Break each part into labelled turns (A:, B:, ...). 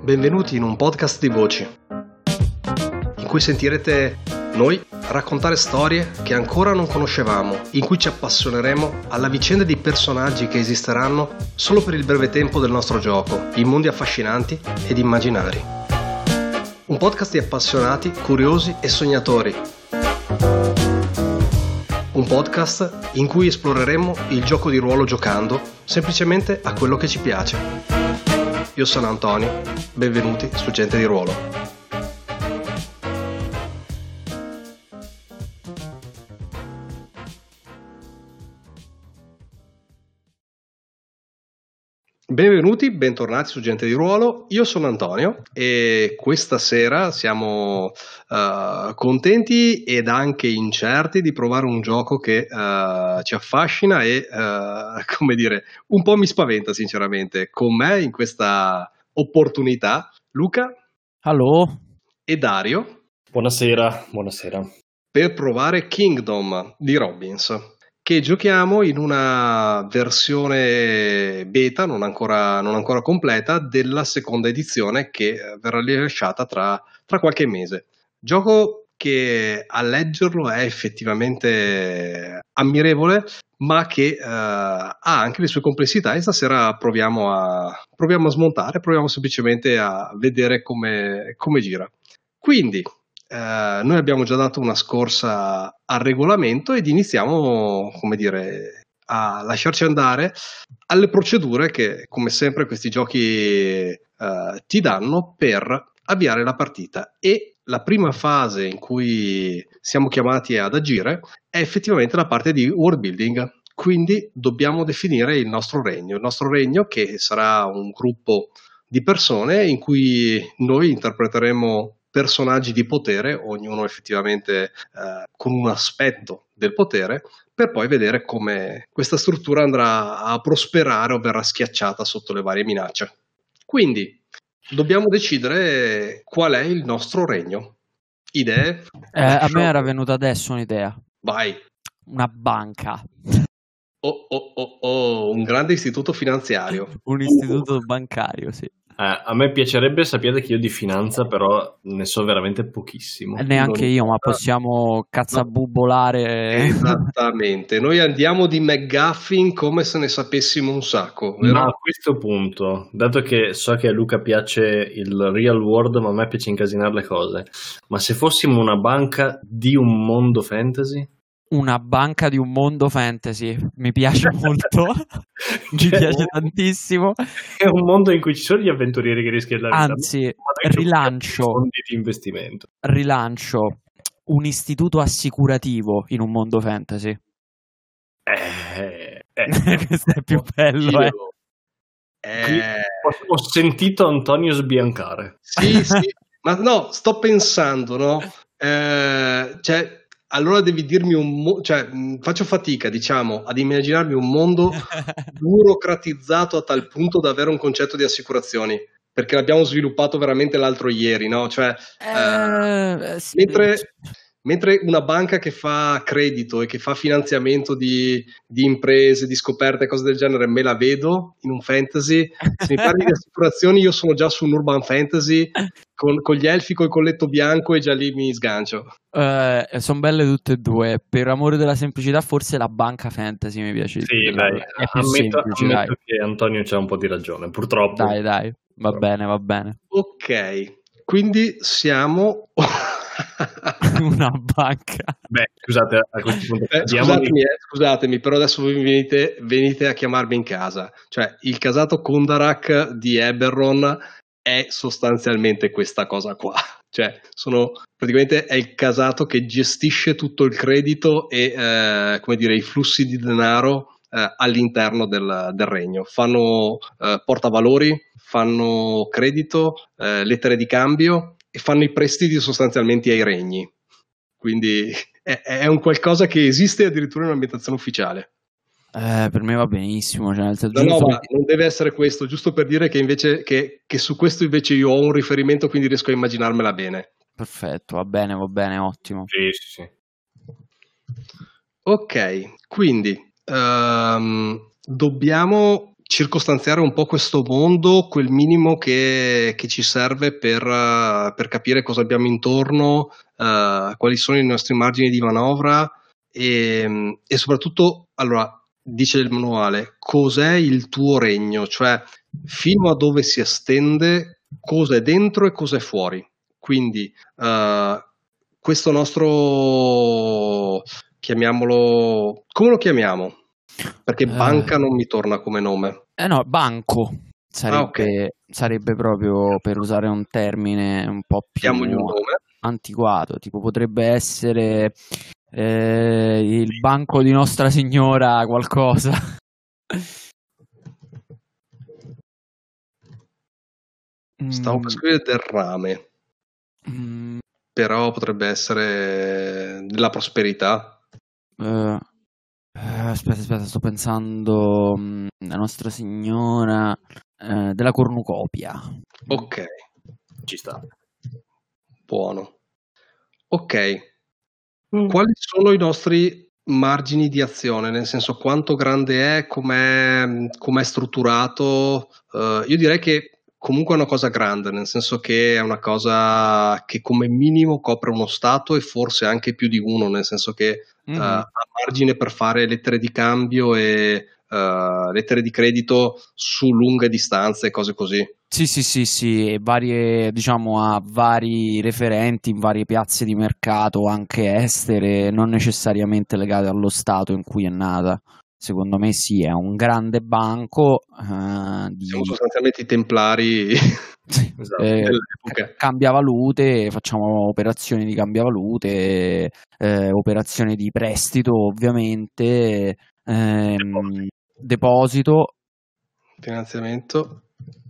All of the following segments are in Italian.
A: Benvenuti in un podcast di voci, in cui sentirete noi raccontare storie che ancora non conoscevamo, in cui ci appassioneremo alla vicenda di personaggi che esisteranno solo per il breve tempo del nostro gioco, in mondi affascinanti ed immaginari. Un podcast di appassionati, curiosi e sognatori. Un podcast in cui esploreremo il gioco di ruolo giocando semplicemente a quello che ci piace. Io sono Antonio, benvenuti su Gente di Ruolo. Benvenuti, bentornati su Gente di Ruolo, io sono Antonio e questa sera siamo contenti ed anche incerti di provare un gioco che ci affascina e, come dire, un po' mi spaventa sinceramente. Con me in questa opportunità Luca.
B: Allo.
A: E Dario.
C: Buonasera.
A: Per provare Kingdom di Robbins, che giochiamo in una versione beta, non ancora completa, della seconda edizione che verrà rilasciata tra qualche mese. Gioco che a leggerlo è effettivamente ammirevole, ma che ha anche le sue complessità, e stasera proviamo a smontare, proviamo semplicemente a vedere come gira. Quindi noi abbiamo già dato una scorsa al regolamento ed iniziamo, come dire, a lasciarci andare alle procedure che, come sempre, questi giochi ti danno per avviare la partita. E la prima fase in cui siamo chiamati ad agire è effettivamente la parte di world building. Quindi dobbiamo definire il nostro regno che sarà un gruppo di persone in cui noi interpreteremo personaggi di potere, ognuno effettivamente con un aspetto del potere, per poi vedere come questa struttura andrà a prosperare o verrà schiacciata sotto le varie minacce. Quindi dobbiamo decidere qual è il nostro regno. Idee?
B: A me era venuta adesso un'idea.
A: Vai.
B: Una banca.
A: Un grande istituto finanziario.
B: Un istituto bancario, sì.
C: A me piacerebbe, sapere che io di finanza però ne so veramente pochissimo.
B: Neanche io, ma possiamo cazzabubolare.
A: Esattamente, noi andiamo di McGuffin come se ne sapessimo un sacco, vero?
C: Ma a questo punto, dato che so che a Luca piace il real world, ma a me piace incasinare le cose, ma se fossimo una banca di un mondo fantasy?
B: Una banca di un mondo fantasy, mi piace molto, mi piace tantissimo.
C: È un mondo in cui ci sono gli avventurieri che rischiano la vita.
B: Anzi, rilancio
C: fondi di investimento.
B: Rilancio un istituto assicurativo in un mondo fantasy. Questo è più bello,
C: Ho sentito Antonio sbiancare.
A: Sì, ma no, sto pensando, no? Cioè, allora devi dirmi faccio fatica, diciamo, ad immaginarmi un mondo burocratizzato a tal punto da avere un concetto di assicurazioni, perché l'abbiamo sviluppato veramente l'altro ieri, no? Cioè,
B: sì.
A: mentre una banca che fa credito e che fa finanziamento di imprese, di scoperte, cose del genere, me la vedo in un fantasy. Se mi parli di assicurazioni, io sono già su un urban fantasy con gli elfi col colletto bianco e già lì mi sgancio.
B: Sono belle tutte e due. Per amore della semplicità, forse la banca fantasy mi piace.
C: Sì, dai, ammetto che Antonio c'ha un po' di ragione, purtroppo.
B: Dai, va bene.
A: Ok, quindi siamo
B: una banca.
C: Beh, scusate, a questo punto
A: scusatemi, però adesso voi venite a chiamarmi in casa. Cioè, il casato Kundarak di Eberron è sostanzialmente questa cosa qua. Cioè, praticamente è il casato che gestisce tutto il credito e come dire, i flussi di denaro all'interno del regno. Fanno portavalori, fanno credito, lettere di cambio e fanno i prestiti sostanzialmente ai regni. Quindi è un qualcosa che esiste addirittura in un'ambientazione ufficiale.
B: Per me va benissimo. Cioè,
A: no, ma non deve essere questo, giusto per dire che invece che su questo invece io ho un riferimento, quindi riesco a immaginarmela bene.
B: Perfetto, va bene, ottimo.
C: Sì.
A: Ok, quindi dobbiamo circostanziare un po' questo mondo, quel minimo che ci serve per capire cosa abbiamo intorno, quali sono i nostri margini di manovra e soprattutto, allora, dice il manuale, cos'è il tuo regno, cioè fino a dove si estende, cosa è dentro e cosa è fuori. Quindi questo nostro, chiamiamolo, come lo chiamiamo? Perché banca non mi torna come nome.
B: No, banco
A: Ok.
B: sarebbe proprio, per usare un termine un po' più
A: Diamogli un nome.
B: antiquato, tipo potrebbe essere il banco di Nostra Signora qualcosa.
A: Stavo per scrivere del rame, però potrebbe essere della prosperità.
B: Aspetta, sto pensando la Nostra Signora della cornucopia.
A: Ok,
C: Ci sta.
A: buono. Ok, quali sono i nostri margini di azione? Nel senso, quanto grande è, com'è strutturato? Io direi che comunque è una cosa grande, nel senso che è una cosa che come minimo copre uno stato e forse anche più di uno, nel senso che ha margine per fare lettere di cambio e lettere di credito su lunghe distanze e cose così.
B: Sì, e varie, diciamo, ha vari referenti in varie piazze di mercato, anche estere, non necessariamente legate allo stato in cui è nata. Secondo me sì, è un grande banco
A: Siamo sostanzialmente i templari
C: Esatto.
A: dell'epoca.
B: cambiavalute, facciamo operazioni di cambiavalute, operazioni di prestito ovviamente, deposito.
A: Finanziamento.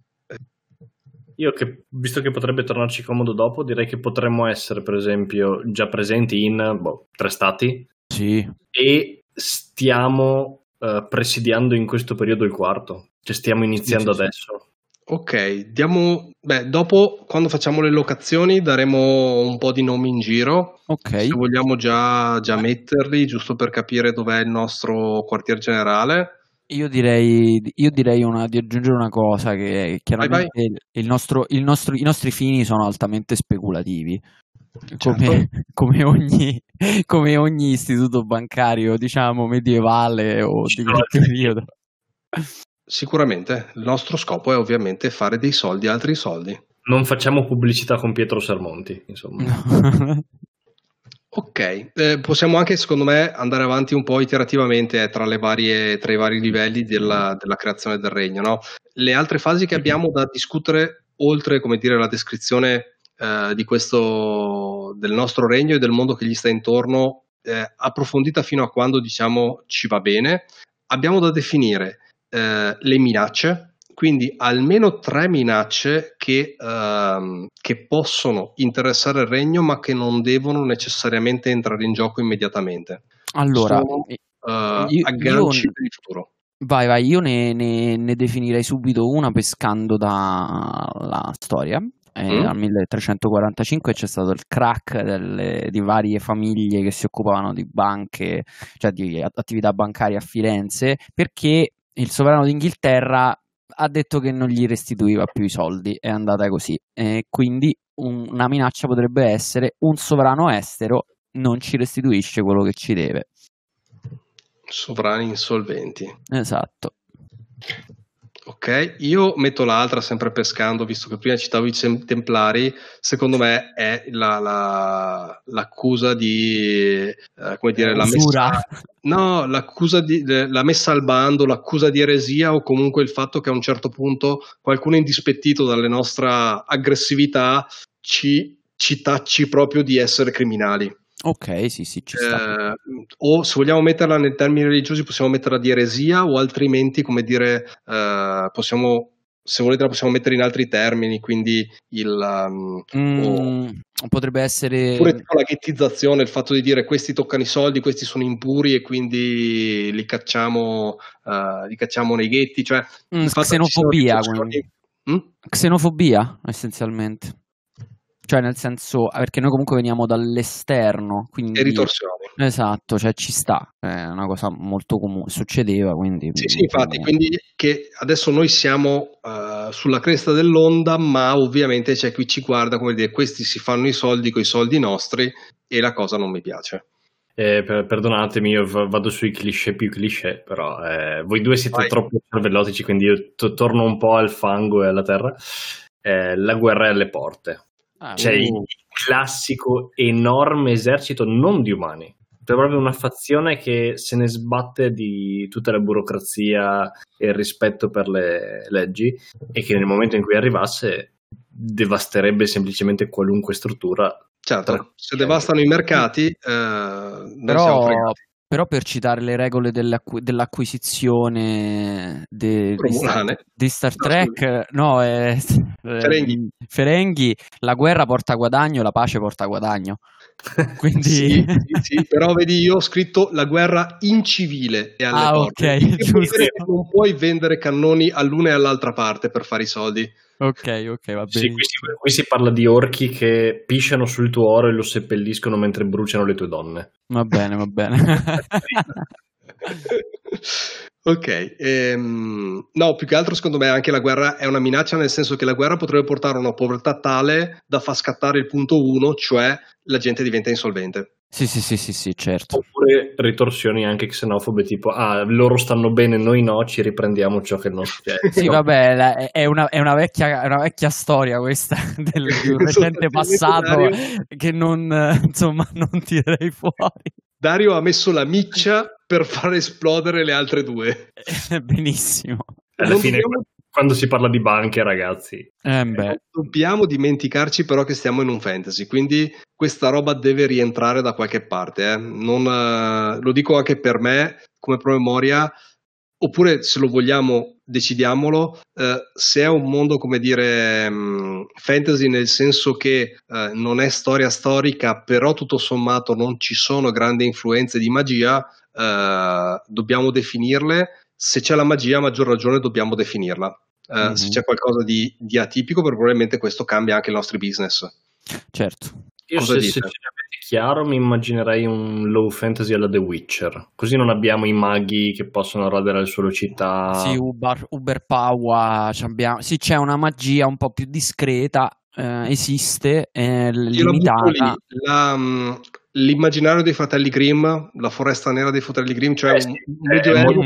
C: Io visto che potrebbe tornarci comodo dopo, direi che potremmo essere, per esempio, già presenti in 3 stati.
B: Sì.
C: E stiamo presidiando in questo periodo il 4º. Cioè stiamo iniziando
B: Sì.
C: adesso.
A: Ok, dopo quando facciamo le locazioni daremo un po' di nomi in giro.
B: Ok.
A: Se vogliamo già metterli, giusto per capire dov'è il nostro quartier generale.
B: Io direi di aggiungere una cosa, che chiaramente
A: Vai.
B: i nostri fini sono altamente speculativi,
A: Certo.
B: come ogni istituto bancario, diciamo, medievale o di quel periodo.
A: Sicuramente, il nostro scopo è ovviamente fare dei soldi, altri soldi.
C: Non facciamo pubblicità con Pietro Sermonti, insomma.
A: Ok, possiamo anche, secondo me, andare avanti un po' iterativamente tra i vari livelli della creazione del regno, no? Le altre fasi che abbiamo da discutere, oltre, come dire, la descrizione di questo, del nostro regno e del mondo che gli sta intorno, approfondita fino a quando, diciamo, ci va bene, abbiamo da definire le minacce. Quindi almeno 3 minacce che possono interessare il regno, ma che non devono necessariamente entrare in gioco immediatamente.
B: Allora,
A: Sono agganci
B: io
A: per il futuro.
B: vai, io ne definirei subito una pescando dalla storia. Al 1345 c'è stato il crack di varie famiglie che si occupavano di banche, cioè di attività bancarie a Firenze, perché il sovrano d'Inghilterra ha detto che non gli restituiva più i soldi. È andata così. Quindi una minaccia potrebbe essere: un sovrano estero non ci restituisce quello che ci deve.
A: Sovrani insolventi.
B: Esatto.
A: Ok, io metto l'altra sempre pescando, visto che prima citavo i templari. Secondo me è l'accusa di come dire,
B: Usura.
A: la messa al bando, l'accusa di eresia, o comunque il fatto che a un certo punto qualcuno indispettito dalle nostra aggressività ci tacci proprio di essere criminali.
B: Ok, sì, ci sta.
A: O se vogliamo metterla nei termini religiosi possiamo metterla di eresia, o altrimenti, come dire, se volete la possiamo mettere in altri termini, quindi
B: potrebbe essere
A: oppure tipo la ghettizzazione, il fatto di dire questi toccano i soldi, questi sono impuri e quindi li cacciamo nei ghetti, cioè il fatto
B: xenofobia,
A: che
B: xenofobia essenzialmente. Cioè, nel senso, perché noi comunque veniamo dall'esterno, quindi
A: e ritorsioni.
B: Esatto, cioè ci sta, è una cosa molto comune, succedeva, quindi...
A: Sì, infatti, quindi che adesso noi siamo sulla cresta dell'onda, ma ovviamente c'è chi ci guarda come dire, questi si fanno i soldi con i soldi nostri e la cosa non mi piace.
C: Perdonatemi, io vado sui cliché più cliché, però voi due siete troppo cervellotici, quindi io torno un po' al fango e alla terra. La guerra è alle porte. C'è il classico enorme esercito non di umani, è proprio una fazione che se ne sbatte di tutta la burocrazia e il rispetto per le leggi, e che nel momento in cui arrivasse devasterebbe semplicemente qualunque struttura.
A: Certo, se devastano i mercati, noi siamo fregati.
B: Però per citare le regole dell'acquisizione di Star Trek, Ferenghi, la guerra porta guadagno, la pace porta guadagno. Quindi...
A: sì, però vedi, io ho scritto la guerra incivile è alle porte.
B: Ok, giusto.
A: Non puoi vendere cannoni all'una e all'altra parte per fare i soldi.
B: Ok, va bene.
C: Sì, qui si parla di orchi che pisciano sul tuo oro e lo seppelliscono mentre bruciano le tue donne.
B: Va bene.
A: Ok, no, più che altro secondo me anche la guerra è una minaccia, nel senso che la guerra potrebbe portare a una povertà tale da far scattare il punto 1, cioè la gente diventa insolvente.
B: Sì, certo.
C: Oppure ritorsioni anche xenofobe, tipo loro stanno bene, noi no, ci riprendiamo ciò che non succede.
B: Sì, vabbè, è una vecchia storia questa di un recente passato che non tirerei fuori.
A: Dario ha messo la miccia per far esplodere le altre due.
B: Benissimo.
C: Alla fine, quando si parla di banche, ragazzi,
A: non dobbiamo dimenticarci però che stiamo in un fantasy, quindi questa roba deve rientrare da qualche parte. Lo dico anche per me come promemoria, oppure se lo vogliamo decidiamolo, se è un mondo come dire fantasy, nel senso che non è storia storica, però tutto sommato non ci sono grandi influenze di magia, dobbiamo definirle. Se c'è la magia, a maggior ragione dobbiamo definirla. Se c'è qualcosa di atipico, probabilmente questo cambia anche i nostri business.
B: Certo.
C: Io se ce l'avete chiaro mi immaginerei un low fantasy alla The Witcher, così non abbiamo i maghi che possono radere le sue città.
B: Sì, Uber Power, sì, c'è una magia un po' più discreta, esiste, è limitata.
A: L'immaginario dei fratelli Grimm, la foresta nera dei fratelli Grimm, cioè un medioevo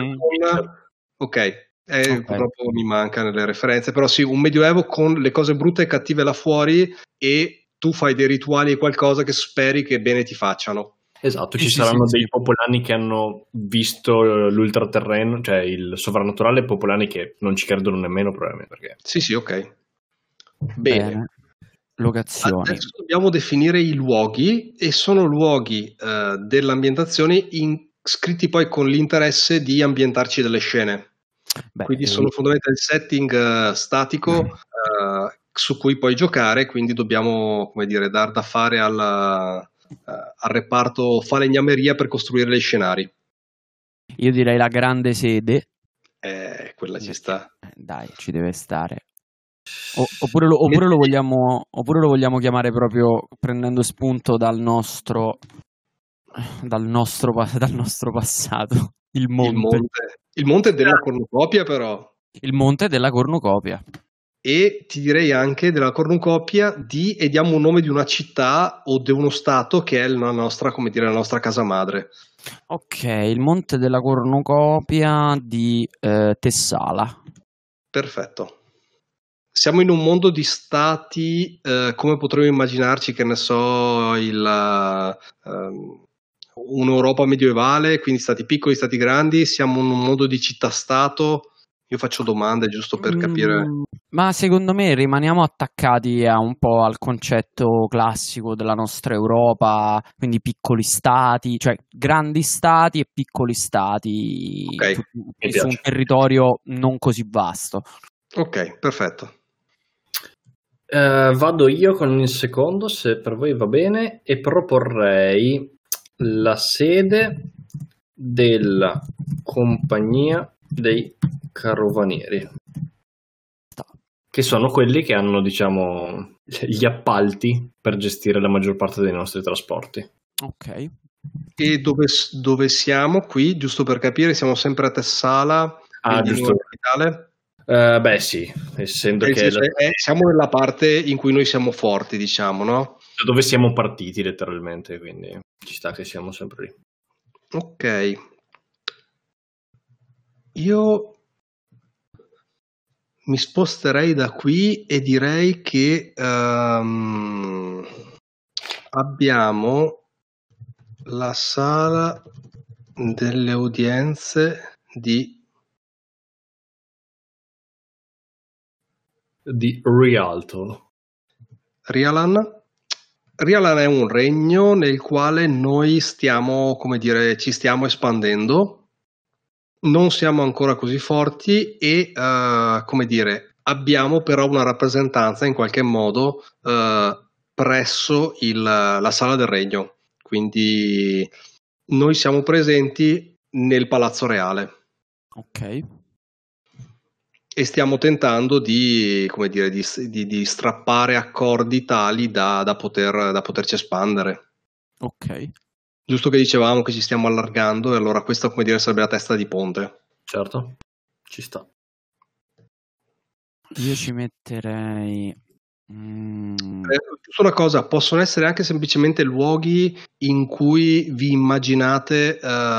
A: purtroppo mi manca nelle referenze, però sì, un medioevo con le cose brutte e cattive là fuori, e tu fai dei rituali e qualcosa che speri che bene ti facciano.
C: Esatto, ci saranno dei popolani che hanno visto l'ultraterreno, cioè il sovrannaturale, e popolani che non ci credono nemmeno, probabilmente. Perché...
A: Sì, ok. Bene.
B: Locazioni.
A: Adesso dobbiamo definire i luoghi, e sono luoghi dell'ambientazione scritti poi con l'interesse di ambientarci delle scene. Quindi sono fondamentalmente il setting statico su cui puoi giocare, quindi dobbiamo, come dire, dar da fare al reparto falegnameria per costruire gli scenari.
B: Io direi la grande sede.
A: Quella ci sta.
B: Dai, ci deve stare. Oppure lo vogliamo chiamare proprio prendendo spunto dal nostro passato. Il
A: monte della cornucopia, però.
B: Il monte della cornucopia.
A: E ti direi anche della cornucopia e diamo un nome di una città o di uno stato che è la nostra, come dire, la nostra casa madre.
B: Ok, il monte della cornucopia di Tessala.
A: Perfetto. Siamo in un mondo di stati, come potremmo immaginarci, che ne so, un'Europa medievale, quindi stati piccoli, stati grandi. Siamo in un mondo di città-stato. Io faccio domande giusto per capire.
B: Ma secondo me rimaniamo attaccati un po' al concetto classico della nostra Europa, quindi piccoli stati, cioè grandi stati e piccoli stati su un territorio non così vasto.
A: Ok, perfetto.
C: Vado io con il secondo, se per voi va bene, e proporrei la sede della compagnia dei carovanieri, che sono quelli che hanno, diciamo, gli appalti per gestire la maggior parte dei nostri trasporti.
B: Ok.
A: E dove siamo qui? Giusto per capire, siamo sempre a Tessala,
C: Giusto.
A: capitale?
C: Beh sì, essendo che
A: siamo nella parte in cui noi siamo forti, diciamo, no?
C: Dove siamo partiti letteralmente, quindi ci sta che siamo sempre lì.
A: Ok. Io mi sposterei da qui e direi che abbiamo la sala delle udienze di
C: Rialto.
A: Rialan. Rialan è un regno nel quale noi stiamo, come dire, ci stiamo espandendo. Non siamo ancora così forti e, come dire, abbiamo però una rappresentanza in qualche modo presso la sala del regno. Quindi noi siamo presenti nel Palazzo Reale.
B: Ok.
A: E stiamo tentando di, come dire, di strappare accordi tali da poterci espandere.
B: Ok.
A: Giusto che dicevamo che ci stiamo allargando e allora questa, come dire, sarebbe la testa di ponte.
C: Certo, ci sta.
B: Io ci metterei...
A: Giusto una cosa, possono essere anche semplicemente luoghi in cui vi immaginate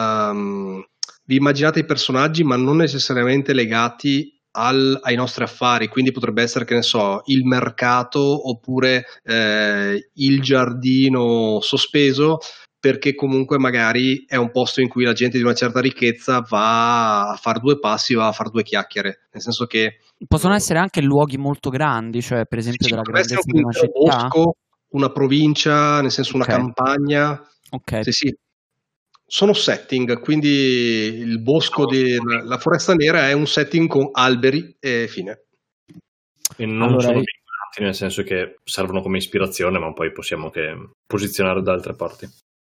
A: i personaggi, ma non necessariamente legati ai nostri affari, quindi potrebbe essere, che ne so, il mercato oppure il giardino sospeso, perché comunque magari è un posto in cui la gente di una certa ricchezza va a fare due passi, va a fare due chiacchiere, nel senso che
B: possono essere anche luoghi molto grandi, cioè per esempio della grandezza di una città.
A: Bosco, una provincia, nel senso una campagna.
B: Ok.
A: Sì. Sono setting, quindi il bosco la Foresta Nera è un setting con alberi e fine.
C: E non sono vincolanti, nel senso che servono come ispirazione, ma poi possiamo che posizionare da altre parti.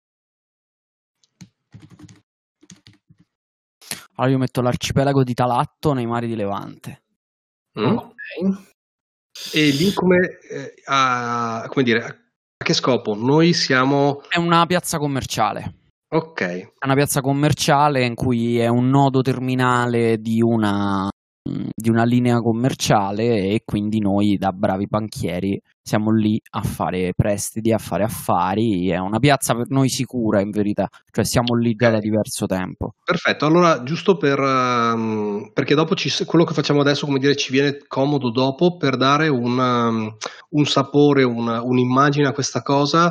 B: Allora io metto l'arcipelago di Talatto nei mari di Levante.
C: Ok.
A: E lì come dire, a che scopo? Noi siamo...
B: È una piazza commerciale.
A: Ok.
B: È una piazza commerciale in cui è un nodo terminale di una linea commerciale e quindi noi da bravi banchieri siamo lì a fare prestiti, a fare affari. È una piazza per noi sicura, in verità, cioè siamo lì già da diverso tempo.
A: Perfetto, allora giusto perché dopo quello che facciamo adesso, come dire, ci viene comodo dopo per dare un sapore, un'immagine a questa cosa.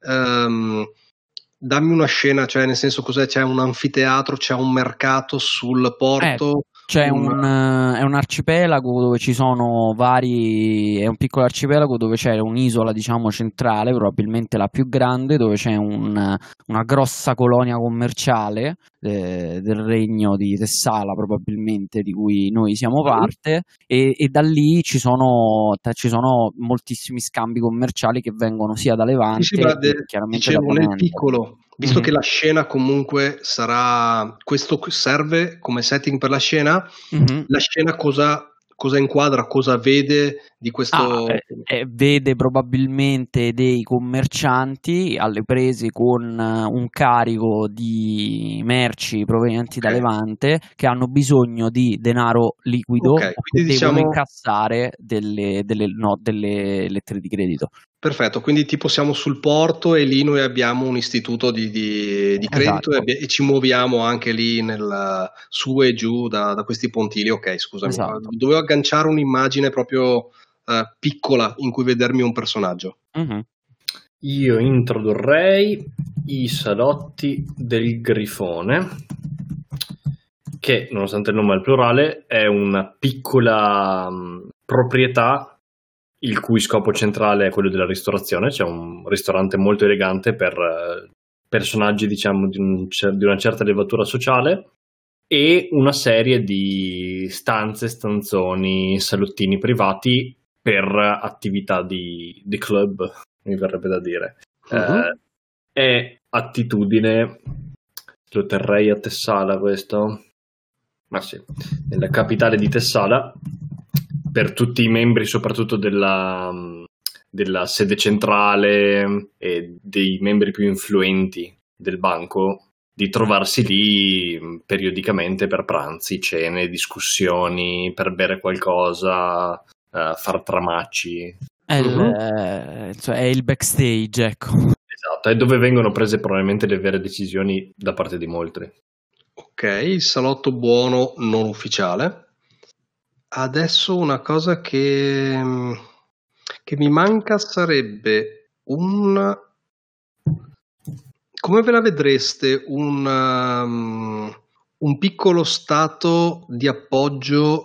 A: Dammi una scena, cioè nel senso cos'è? C'è un anfiteatro, c'è un mercato sul porto?
B: È un arcipelago dove ci sono è un piccolo arcipelago dove c'è un'isola, diciamo, centrale, probabilmente la più grande, dove c'è una grossa colonia commerciale del regno di Tessala, probabilmente, di cui noi siamo parte, e da lì ci sono moltissimi scambi commerciali che vengono sia da Levante che chiaramente da Ponente.
A: Nel piccolo. Visto che la scena comunque sarà, questo serve come setting per la scena, la scena cosa inquadra, cosa vede di questo?
B: Vede probabilmente dei commercianti alle prese con un carico di merci provenienti da Levante che hanno bisogno di denaro liquido e devono incassare delle lettere di credito.
A: Perfetto, quindi tipo siamo sul porto e lì noi abbiamo un istituto di credito e ci muoviamo anche lì su e giù da questi pontili. Ok, scusami, dovevo agganciare un'immagine proprio piccola in cui vedermi un personaggio.
C: Io introdurrei i salotti del Grifone, che nonostante il nome al plurale è una piccola proprietà il cui scopo centrale è quello della ristorazione. C'è un ristorante molto elegante per personaggi, diciamo, di una certa levatura sociale e una serie di stanzoni, salottini privati per attività di club, mi verrebbe da dire. È attitudine, lo terrei a Tessala questo? Ma sì, nella capitale di Tessala, per tutti i membri soprattutto della sede centrale e dei membri più influenti del banco di trovarsi lì periodicamente per pranzi, cene, discussioni, per bere qualcosa, far tramacci.
B: È il backstage, ecco.
C: Esatto, è dove vengono prese probabilmente le vere decisioni da parte di molti.
A: Ok, il salotto buono non ufficiale. Adesso una cosa che mi manca sarebbe come ve la vedreste un piccolo stato di appoggio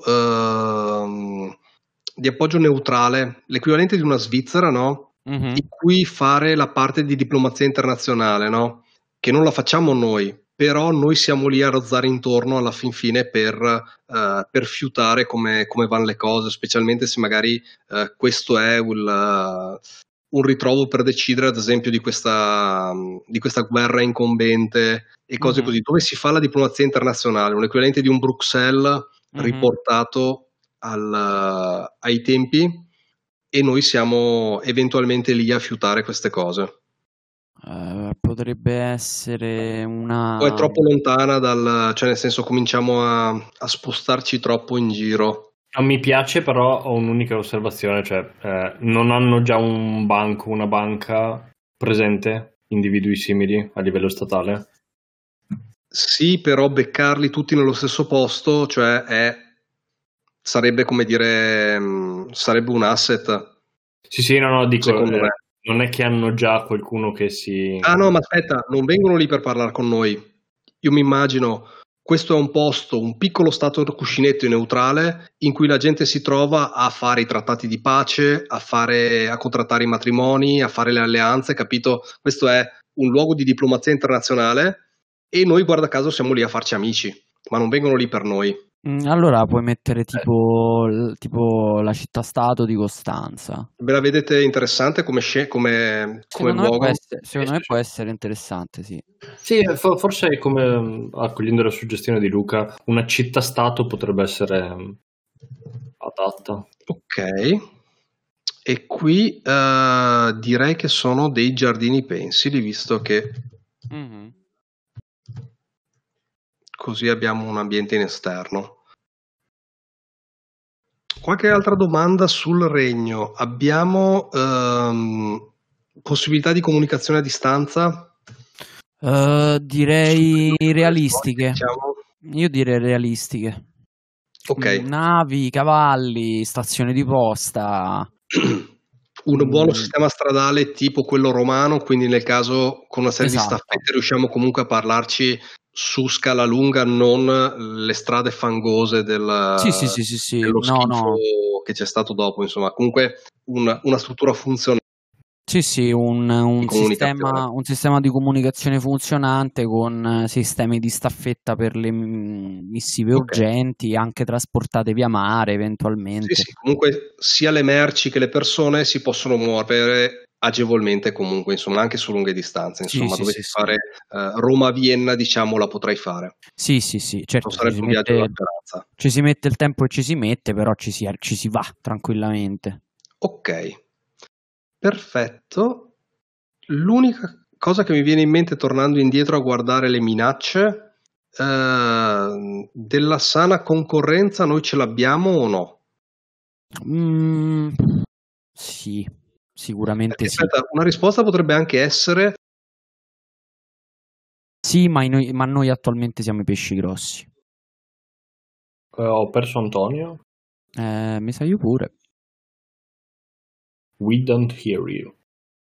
A: neutrale, l'equivalente di una Svizzera, no?
B: Mm-hmm.
A: In cui fare la parte di diplomazia internazionale, no? Che non la facciamo noi, però noi siamo lì a rozzare intorno alla fin fine per fiutare come vanno le cose, specialmente se magari questo è un ritrovo per decidere, ad esempio, di questa guerra incombente e cose così, dove si fa la diplomazia internazionale, un equivalente di un Bruxelles riportato ai tempi, e noi siamo eventualmente lì a fiutare queste cose.
B: Potrebbe essere una...
A: O è troppo lontana cioè nel senso cominciamo a spostarci troppo in giro.
C: Non mi piace, però ho un'unica osservazione, cioè non hanno già un banco, una banca presente, individui simili a livello statale?
A: Sì, però beccarli tutti nello stesso posto, cioè sarebbe come dire, sarebbe un asset.
C: Sì, no, dico,
A: secondo me.
C: Non è che hanno già qualcuno che si...
A: Ah no, ma aspetta, non vengono lì per parlare con noi. Io mi immagino, questo è un posto, un piccolo stato cuscinetto neutrale in cui la gente si trova a fare i trattati di pace, a contrattare i matrimoni, a fare le alleanze, capito? Questo è un luogo di diplomazia internazionale e noi, guarda caso, siamo lì a farci amici, ma non vengono lì per noi.
B: Allora puoi mettere tipo la città-stato di Costanza.
A: Ve la vedete interessante come luogo?
B: Secondo me può essere interessante, sì.
C: Sì, forse come accogliendo la suggestione di Luca, una città-stato potrebbe essere adatta.
A: Ok, e qui direi che sono dei giardini pensili, visto che così abbiamo un ambiente in esterno. Qualche altra domanda sul regno? Abbiamo possibilità di comunicazione a distanza?
B: Direi realistiche.
A: Diciamo.
B: Io direi realistiche.
A: Ok.
B: Navi, cavalli, stazione di posta.
A: Un buono sistema stradale tipo quello romano, quindi nel caso con una serie di staffette riusciamo comunque a parlarci su scala lunga, non le strade fangose dello schifo che c'è stato dopo, insomma, comunque una struttura funzionale.
B: Sì, un sistema di comunicazione funzionante con sistemi di staffetta per le missive urgenti, anche trasportate via mare eventualmente.
A: Sì, comunque sia le merci che le persone si possono muovere agevolmente comunque, insomma, anche su lunghe distanze, insomma, dovessi fare Roma-Vienna, diciamo, la potrai fare.
B: Sì, certo.
A: Non sarebbe un viaggio della speranza.
B: Ci si mette il tempo e ci si mette, però ci si va tranquillamente.
A: Ok. Perfetto. L'unica cosa che mi viene in mente tornando indietro a guardare le minacce della sana concorrenza, noi ce l'abbiamo o no?
B: Sì, sicuramente.
A: Perché, aspetta, una risposta potrebbe anche essere
B: sì, ma noi attualmente siamo i pesci grossi.
C: Ho perso Antonio?
B: Mi sa io pure.
C: We don't hear you.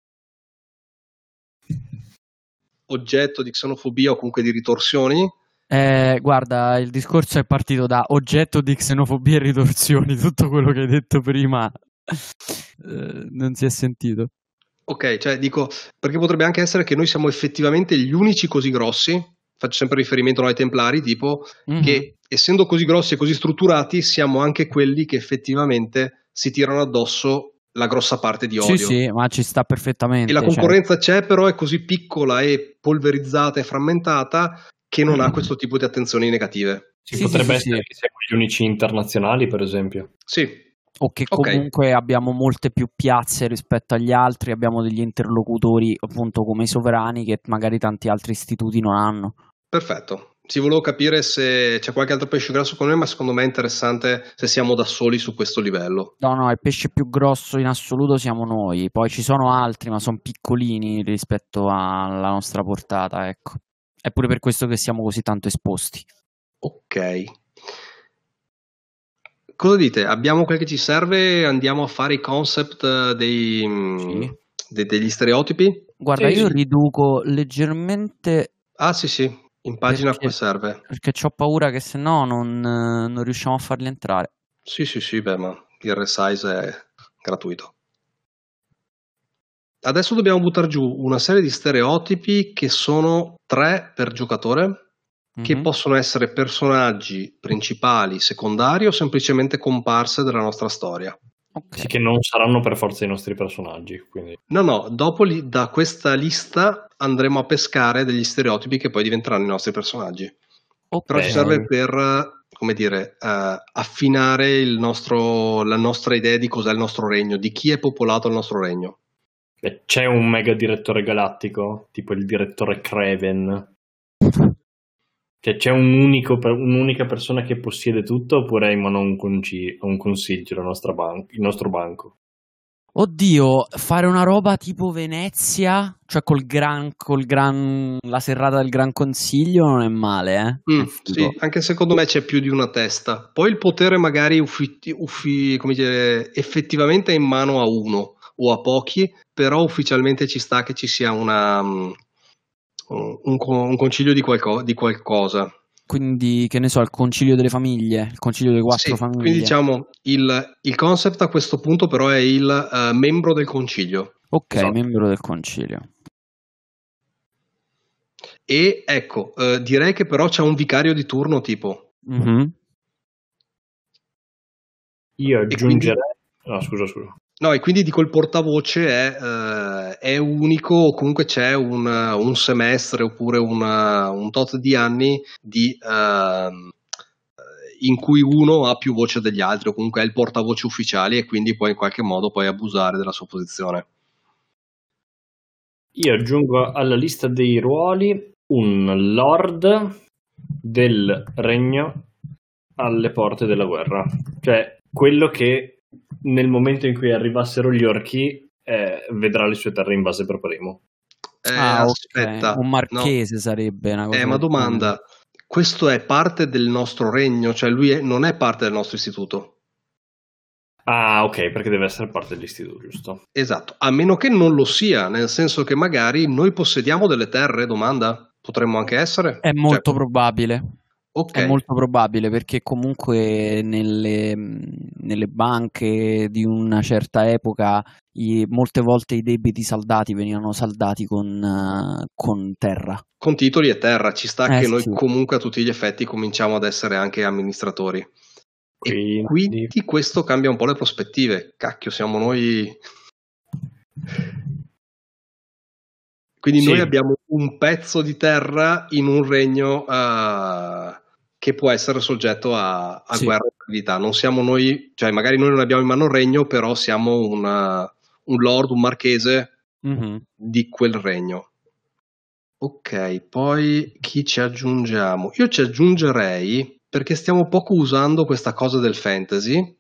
A: Oggetto di xenofobia o comunque di ritorsioni?
B: Guarda, il discorso è partito da oggetto di xenofobia e ritorsioni. Tutto quello che hai detto prima non si è sentito.
A: Ok, cioè dico, perché potrebbe anche essere che noi siamo effettivamente gli unici così grossi, faccio sempre riferimento ai Templari, tipo, che essendo così grossi e così strutturati siamo anche quelli che effettivamente si tirano addosso la grossa parte di odio.
B: Sì, ma ci sta perfettamente.
A: E la concorrenza c'è, però è così piccola e polverizzata e frammentata che non ha questo tipo di attenzioni negative.
C: Potrebbe essere che siamo gli unici internazionali, per esempio.
A: Sì.
B: o che comunque abbiamo molte più piazze rispetto agli altri, abbiamo degli interlocutori appunto come i sovrani che magari tanti altri istituti non hanno.
A: Perfetto. Ci volevo capire se c'è qualche altro pesce grosso con noi, ma secondo me è interessante se siamo da soli su questo livello.
B: No, il pesce più grosso in assoluto siamo noi, poi ci sono altri, ma sono piccolini rispetto alla nostra portata, ecco. È pure per questo che siamo così tanto esposti.
A: Ok. Cosa dite? Abbiamo quel che ci serve? Andiamo a fare i concept degli stereotipi?
B: Guarda, io riduco leggermente...
A: Ah sì, in pagina come serve.
B: Perché ho paura che se no non riusciamo a farli entrare.
A: Sì, beh, ma il resize è gratuito. Adesso dobbiamo buttare giù una serie di stereotipi che sono 3 per giocatore, che possono essere personaggi principali, secondari o semplicemente comparse della nostra storia.
C: Okay. Sì, che non saranno per forza i nostri personaggi. Quindi.
A: No, dopo da questa lista andremo a pescare degli stereotipi che poi diventeranno i nostri personaggi. Okay. Però ci serve per, come dire, affinare la nostra idea di cos'è il nostro regno, di chi è popolato il nostro regno.
C: C'è un mega direttore galattico, tipo il direttore Kraven. Cioè c'è un'unica persona che possiede tutto, oppure è in mano a un consiglio il nostro banco?
B: Oddio, fare una roba tipo Venezia, cioè la serrata del Gran Consiglio non è male,
A: Sì, anche secondo me c'è più di una testa. Poi il potere magari come dire, effettivamente è in mano a uno o a pochi, però ufficialmente ci sta che ci sia un concilio di qualcosa.
B: Quindi, che ne so, il concilio delle famiglie, il concilio delle 4 famiglie.
A: Quindi diciamo il concept a questo punto però è il membro del concilio.
B: Ok, esatto. Membro del concilio.
A: E ecco, direi che però c'è un vicario di turno tipo.
C: Io aggiungerei... No, scusa.
A: No, e quindi dico il portavoce è unico, o comunque c'è un semestre oppure un tot di anni in cui uno ha più voce degli altri, o comunque è il portavoce ufficiale e quindi poi in qualche modo puoi abusare della sua posizione.
C: Io aggiungo alla lista dei ruoli un lord del regno alle porte della guerra, cioè quello che nel momento in cui arrivassero gli orchi vedrà le sue terre invase per primo.
A: Aspetta,
B: okay. Un marchese sarebbe una cosa.
A: Ma domanda, questo è parte del nostro regno, cioè lui non è parte del nostro istituto?
C: Ah, ok, perché deve essere parte dell'istituto, giusto?
A: Esatto, a meno che non lo sia, nel senso che magari noi possediamo delle terre, domanda? Potremmo anche essere?
B: È molto probabile.
A: Okay.
B: È molto probabile perché comunque nelle banche di una certa epoca molte volte i debiti saldati venivano saldati con terra.
A: Con titoli e terra, ci sta che noi comunque a tutti gli effetti cominciamo ad essere anche amministratori. E quindi questo cambia un po' le prospettive. Cacchio, siamo noi... Quindi noi abbiamo un pezzo di terra in un regno... che può essere soggetto a guerra e attività. Non siamo noi, cioè magari noi non abbiamo in mano il regno, però siamo un lord, un marchese di quel regno. Ok, poi chi ci aggiungiamo? Io ci aggiungerei, perché stiamo poco usando questa cosa del fantasy,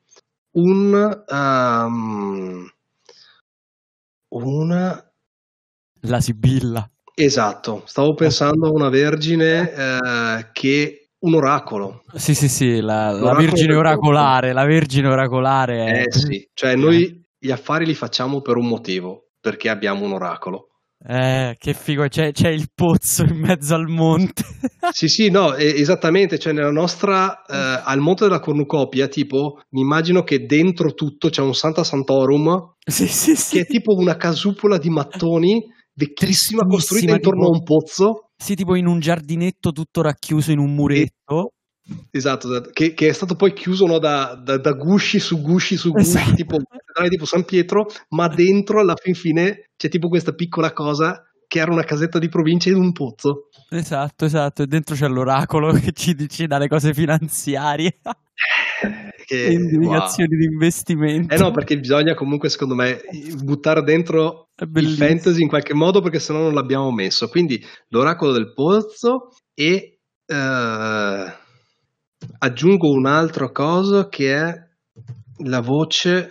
B: la Sibilla.
A: Esatto, stavo pensando a una vergine che... Un oracolo.
B: Sì, la Vergine Oracolare. La Vergine Oracolare.
A: Sì, cioè noi gli affari li facciamo per un motivo, perché abbiamo un oracolo.
B: Che figo, c'è il pozzo in mezzo al monte.
A: Sì, no, esattamente, cioè nella nostra, al monte della cornucopia, tipo, mi immagino che dentro tutto c'è un Santa Santorum, che è tipo una casupola di mattoni, vecchissima, costruita intorno a un pozzo.
B: Sì, tipo in un giardinetto tutto racchiuso in un muretto.
A: Esatto, che è stato poi chiuso da gusci su gusci,
B: esatto.
A: tipo San Pietro, ma dentro alla fine c'è tipo questa piccola cosa che era una casetta di provincia in un pozzo.
B: Esatto, e dentro c'è l'oracolo che ci dà le cose finanziarie. indicazioni di investimento.
A: No, perché bisogna comunque, secondo me, buttare dentro il fantasy in qualche modo, perché sennò non l'abbiamo messo. Quindi l'oracolo del pozzo e aggiungo un'altra cosa che è la voce.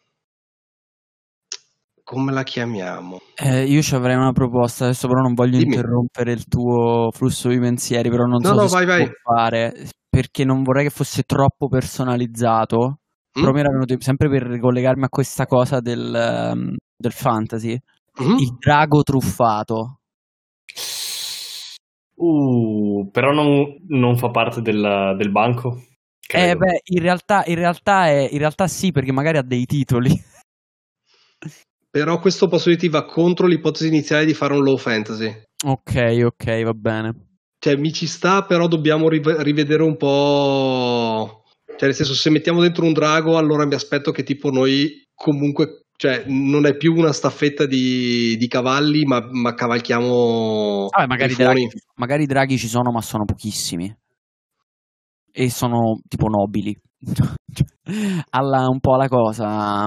A: Come la chiamiamo?
B: Io ci avrei una proposta, adesso però non voglio interrompere il tuo flusso di pensieri, però non so se
A: vai.
B: si può fare, perché non vorrei che fosse troppo personalizzato. Però mi era venuto, sempre per ricollegarmi a questa cosa del fantasy, il drago truffato.
C: Però non fa parte del banco? Credo.
B: In realtà sì, perché magari ha dei titoli.
A: Però questo, posso dirti, va contro l'ipotesi iniziale di fare un low fantasy.
B: Ok, va bene.
A: Cioè, mi ci sta, però dobbiamo rivedere un po'. Cioè, nel senso, se mettiamo dentro un drago, allora mi aspetto che tipo noi comunque, cioè, non è più una staffetta di cavalli, ma cavalchiamo
B: magari i draghi ci sono, ma sono pochissimi. E sono tipo nobili. Un po' la cosa.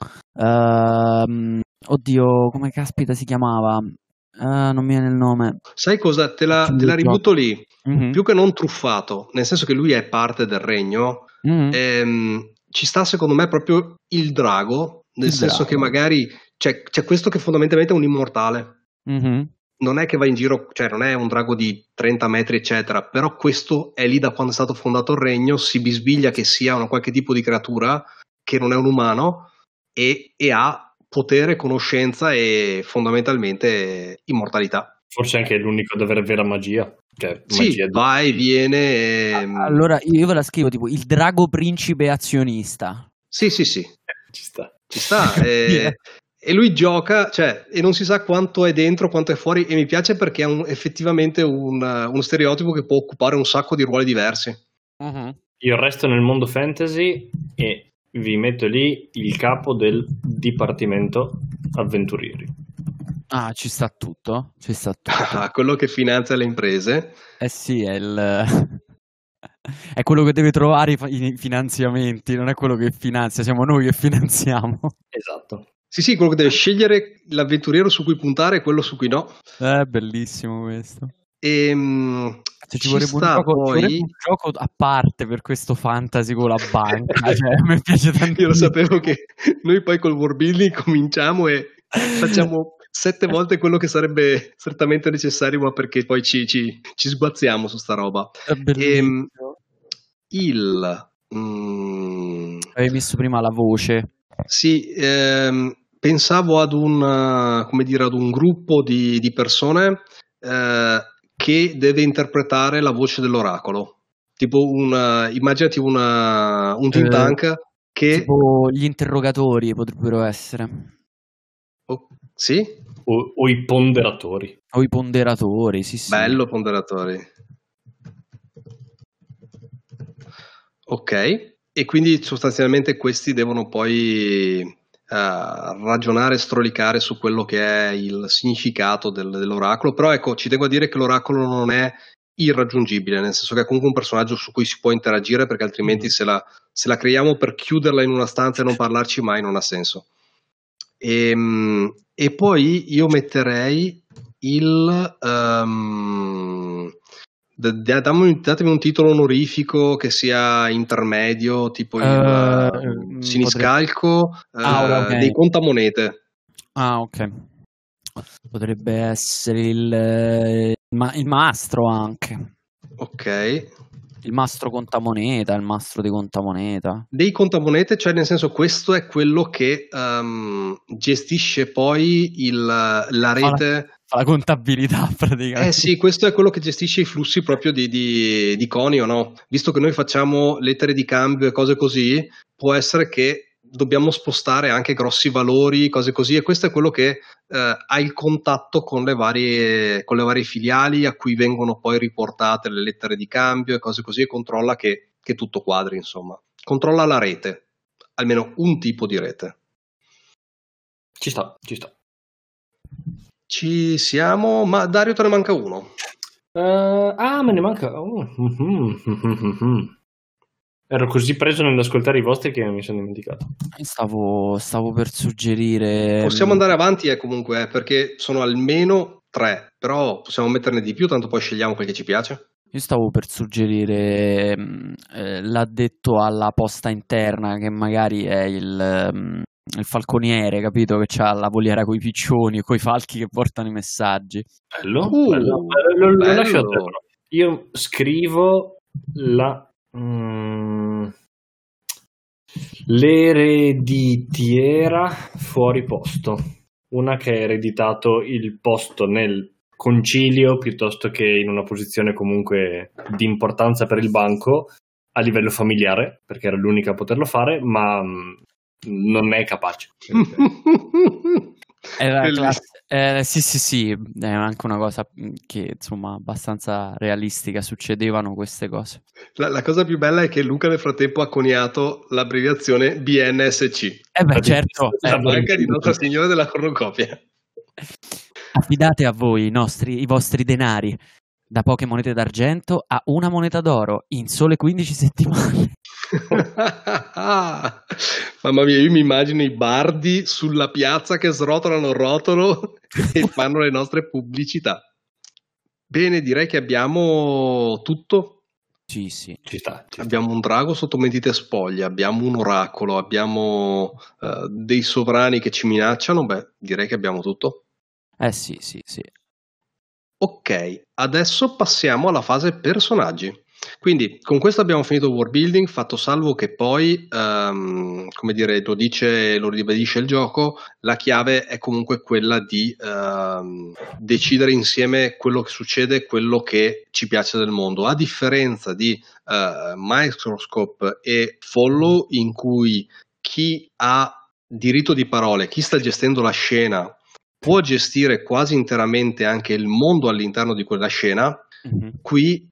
B: Oddio, come caspita si chiamava? Non mi viene il nome.
A: Sai cosa? Te la ributto lì. Più che non truffato, nel senso che lui è parte del regno, ci sta secondo me proprio il drago, nel senso che magari c'è questo che fondamentalmente è un immortale. Non è che va in giro, cioè non è un drago di 30 metri eccetera, però questo è lì da quando è stato fondato il regno, si bisbiglia che sia una qualche tipo di creatura che non è un umano e ha potere, conoscenza e fondamentalmente immortalità.
C: Forse anche l'unico ad avere vera magia.
A: Va e viene.
B: Allora io ve la scrivo tipo il drago principe azionista.
A: Sì.
C: Ci sta.
A: E lui gioca, cioè, e non si sa quanto è dentro, quanto è fuori, e mi piace perché è effettivamente uno stereotipo che può occupare un sacco di ruoli diversi.
C: Io resto nel mondo fantasy e vi metto lì il capo del dipartimento avventurieri.
B: Ci sta tutto.
A: Quello che finanzia le imprese.
B: Sì, è quello che deve trovare i finanziamenti, non è quello che finanzia, siamo noi che finanziamo.
C: Esatto.
A: Sì, quello che deve scegliere l'avventuriero su cui puntare e quello su cui no.
B: È bellissimo questo.
A: Ci vorrebbe un
B: gioco a parte per questo fantasy con la banca. Cioè, a me piace tantissimo.
A: Io lo sapevo che noi poi col world building cominciamo e facciamo 7 volte quello che sarebbe strettamente necessario, ma perché poi ci sguazziamo su sta roba.
B: È bellissimo.
A: Avevi
B: messo prima la voce.
A: Sì, pensavo ad un gruppo di persone che deve interpretare la voce dell'oracolo. Tipo immaginati un think tank che.
B: Tipo gli interrogatori potrebbero essere.
A: Sì?
C: O i ponderatori.
B: O i ponderatori, sì.
A: Bello, ponderatori. Ok, e quindi sostanzialmente questi devono poi ragionare, strolicare su quello che è il significato dell'oracolo, però ecco, ci tengo a dire che l'oracolo non è irraggiungibile, nel senso che è comunque un personaggio su cui si può interagire, perché altrimenti se la creiamo per chiuderla in una stanza e non parlarci mai non ha senso. E poi io metterei datemi un titolo onorifico che sia intermedio, tipo il siniscalco, dei contamonete.
B: Ok. Potrebbe essere il mastro anche.
A: Ok.
B: Il mastro contamoneta, il mastro di contamoneta.
A: Dei contamonete, cioè nel senso questo è quello che gestisce poi la rete.
B: Fa la contabilità praticamente.
A: Sì, questo è quello che gestisce i flussi proprio di Conio, no? Visto che noi facciamo lettere di cambio e cose così, può essere che dobbiamo spostare anche grossi valori, cose così, e questo è quello che ha il contatto con le varie filiali a cui vengono poi riportate le lettere di cambio e cose così, e controlla che tutto quadri, insomma. Controlla la rete, almeno un tipo di rete.
C: Ci sta.
A: Ci siamo, ma Dario te ne manca uno.
C: Me ne manca uno. Ero così preso nell'ascoltare i vostri che mi sono dimenticato.
B: Stavo per suggerire...
A: Possiamo andare avanti comunque, perché sono almeno 3, però possiamo metterne di più, tanto poi scegliamo quel che ci piace.
B: Io stavo per suggerire l'addetto alla posta interna, che magari è il falconiere, capito? Che c'ha la voliera coi piccioni e coi falchi che portano i messaggi.
C: Bello. Lo lascio a te, però. Io scrivo l'ereditiera fuori posto, una che ha ereditato il posto nel concilio piuttosto che in una posizione comunque di importanza per il banco a livello familiare, perché era l'unica a poterlo fare, ma non è capace.
B: Sì, è anche una cosa che insomma abbastanza realistica, succedevano queste cose.
A: La cosa più bella è che Luca nel frattempo ha coniato l'abbreviazione BNSC.
B: Certo,
A: la banca di Nostra Signora della Cornucopia.
B: Affidate a voi i vostri denari da poche monete d'argento a una moneta d'oro in sole 15 settimane.
A: Mamma mia, io mi immagino i bardi sulla piazza che srotolano il rotolo e fanno le nostre pubblicità. Bene, direi che abbiamo tutto.
B: Sì.
C: Ci sta.
A: Abbiamo un drago sotto mentite spoglie, abbiamo un oracolo, abbiamo dei sovrani che ci minacciano. Beh, direi che abbiamo tutto.
B: Sì.
A: Ok, adesso passiamo alla fase personaggi. Quindi con questo abbiamo finito il world building, fatto salvo che poi, come dire, lo ribadisce il gioco, la chiave è comunque quella di decidere insieme quello che succede, quello che ci piace del mondo, a differenza di Microscope e Follow, in cui chi ha diritto di parole, chi sta gestendo la scena, può gestire quasi interamente anche il mondo all'interno di quella scena.
B: Mm-hmm.
A: Qui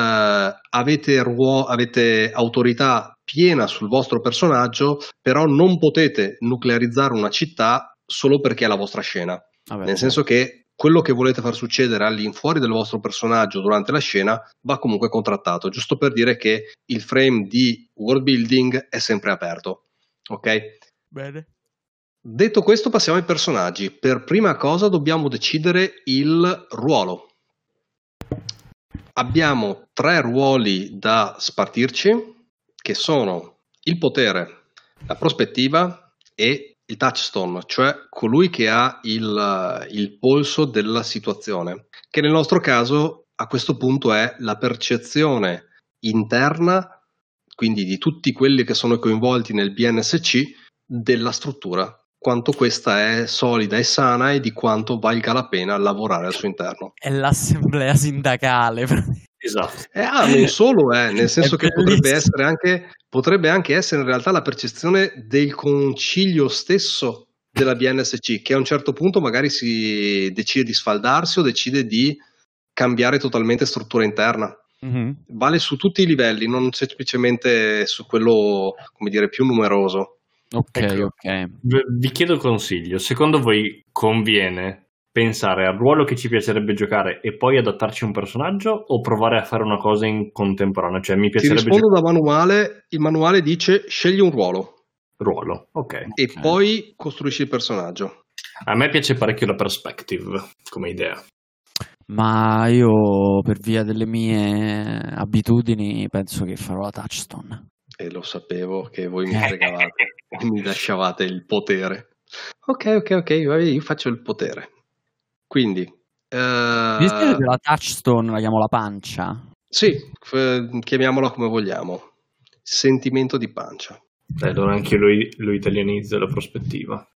A: avete autorità piena sul vostro personaggio, però non potete nuclearizzare una città solo perché è la vostra scena. Nel senso che quello che volete far succedere all'infuori del vostro personaggio durante la scena va comunque contrattato, giusto per dire che il frame di world building è sempre aperto. Ok?
B: Bene.
A: Detto questo, passiamo ai personaggi. Per prima cosa dobbiamo decidere il ruolo. Abbiamo 3 ruoli da spartirci, che sono il potere, la prospettiva e il touchstone, cioè colui che ha il polso della situazione, che nel nostro caso a questo punto è la percezione interna, quindi di tutti quelli che sono coinvolti nel BNSC, della struttura, quanto questa è solida e sana e di quanto valga la pena lavorare al suo interno.
B: È l'assemblea sindacale.
C: Esatto.
A: Non solo, nel senso che potrebbe anche essere in realtà la percezione del concilio stesso della BNSC, che a un certo punto magari si decide di sfaldarsi o decide di cambiare totalmente struttura interna.
B: Mm-hmm.
A: Vale su tutti i livelli, non semplicemente su quello, come dire, più numeroso.
B: Ok.
C: Vi chiedo consiglio. Secondo voi conviene pensare al ruolo che ci piacerebbe giocare e poi adattarci un personaggio, o provare a fare una cosa in contemporanea? Cioè, mi piacerebbe
A: Ti rispondo da manuale. Il manuale dice scegli un ruolo,
C: ok,
A: e poi costruisci il personaggio.
C: A me piace parecchio la perspective come idea,
B: ma io per via delle mie abitudini penso che farò la touchstone.
A: E lo sapevo che voi mi fregavate e mi lasciavate il potere. Ok, io faccio il potere. Quindi
B: la touchstone la chiamo la pancia?
A: Sì, chiamiamola come vogliamo. Sentimento di pancia.
C: Allora anche lo italianizza la prospettiva.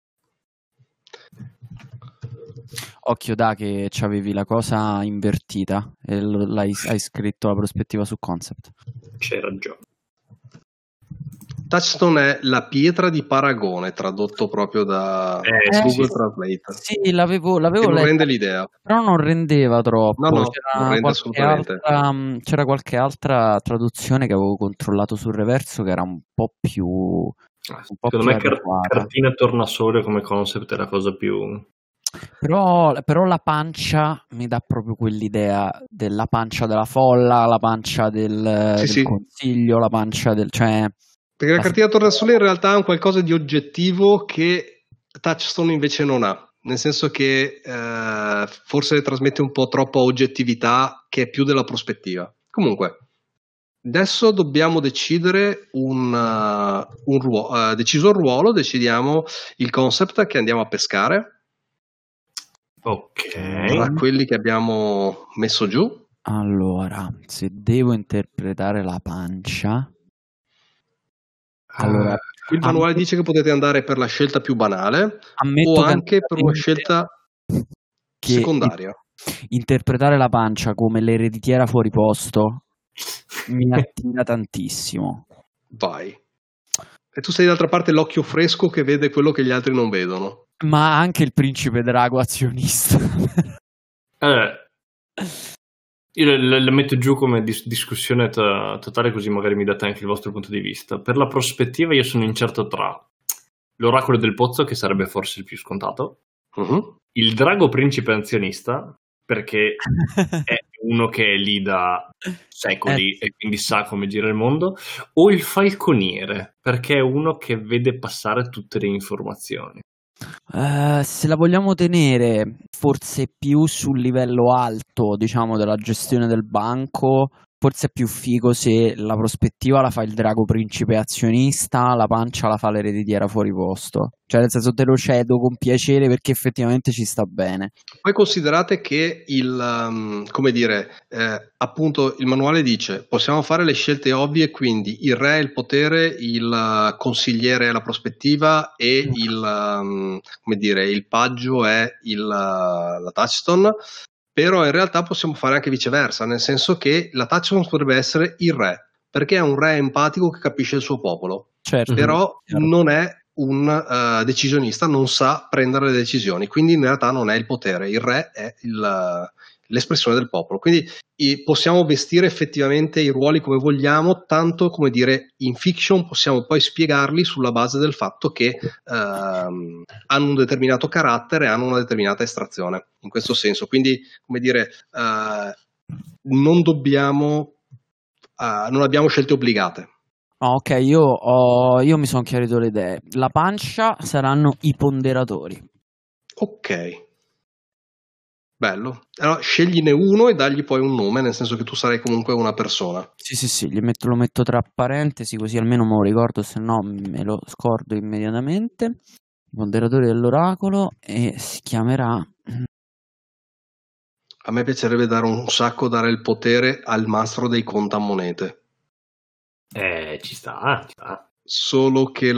B: Occhio da che c'avevi la cosa invertita e hai scritto la prospettiva su Concept.
C: C'era già.
A: Touchstone è la pietra di paragone, tradotto proprio da Google Translate.
B: Sì, l'avevo
A: non
B: letto,
A: rende l'idea.
B: però non rendeva troppo.
A: No, non rende assolutamente.
B: C'era qualche altra traduzione che avevo controllato sul reverso che era un po' più...
C: Secondo me cartina tornasole come concept è la cosa più
B: Però la pancia mi dà proprio quell'idea della pancia della folla, la pancia del consiglio, la pancia del... Cioè,
A: perché la cartina tornasole in realtà ha un qualcosa di oggettivo che Touchstone invece non ha. Nel senso che forse trasmette un po' troppa oggettività, che è più della prospettiva. Comunque, adesso dobbiamo decidere deciso il ruolo, decidiamo il concept che andiamo a pescare.
C: Ok.
A: Tra quelli che abbiamo messo giù.
B: Allora, se devo interpretare la pancia... Allora,
A: il manuale dice che potete andare per la scelta più banale o anche per una scelta secondaria.
B: Interpretare la pancia come l'ereditiera fuori posto mi attira tantissimo.
A: Vai. E tu sei d'altra parte l'occhio fresco che vede quello che gli altri non vedono.
B: Ma anche il principe drago azionista.
C: Io le metto giù come discussione totale, così magari mi date anche il vostro punto di vista. Per la prospettiva io sono incerto tra l'oracolo del pozzo, che sarebbe forse il più scontato, il drago principe anzionista, perché è uno che è lì da secoli e quindi sa come gira il mondo, o il falconiere, perché è uno che vede passare tutte le informazioni.
B: Se la vogliamo tenere forse più sul livello alto, diciamo, della gestione del banco, forse è più figo se la prospettiva la fa il drago principe azionista, la pancia la fa l'ereditiera fuori posto. Cioè, nel senso, te lo cedo con piacere perché effettivamente ci sta bene.
A: Poi considerate che appunto il manuale dice possiamo fare le scelte ovvie, quindi il re è il potere, il consigliere è la prospettiva e il paggio è la touchstone. Però in realtà possiamo fare anche viceversa, nel senso che la touchstone potrebbe essere il re, perché è un re empatico che capisce il suo popolo.
B: Certo.
A: Però non è un decisionista, non sa prendere le decisioni, quindi in realtà non è il potere, il re è l'espressione del popolo. Quindi possiamo vestire effettivamente i ruoli come vogliamo, tanto come dire in fiction possiamo poi spiegarli sulla base del fatto che hanno un determinato carattere, hanno una determinata estrazione, in questo senso. Quindi, come dire, non abbiamo scelte obbligate.
B: Ok, io mi sono chiarito le idee. La pancia saranno i ponderatori.
A: Ok. Bello. Allora scegliene uno e dagli poi un nome, nel senso che tu sarai comunque una persona.
B: Sì, lo metto tra parentesi così almeno me lo ricordo, se no me lo scordo immediatamente. I ponderatori dell'oracolo, e si chiamerà...
A: A me piacerebbe dare il potere al mastro dei contamonete.
C: Ci sta.
A: Solo che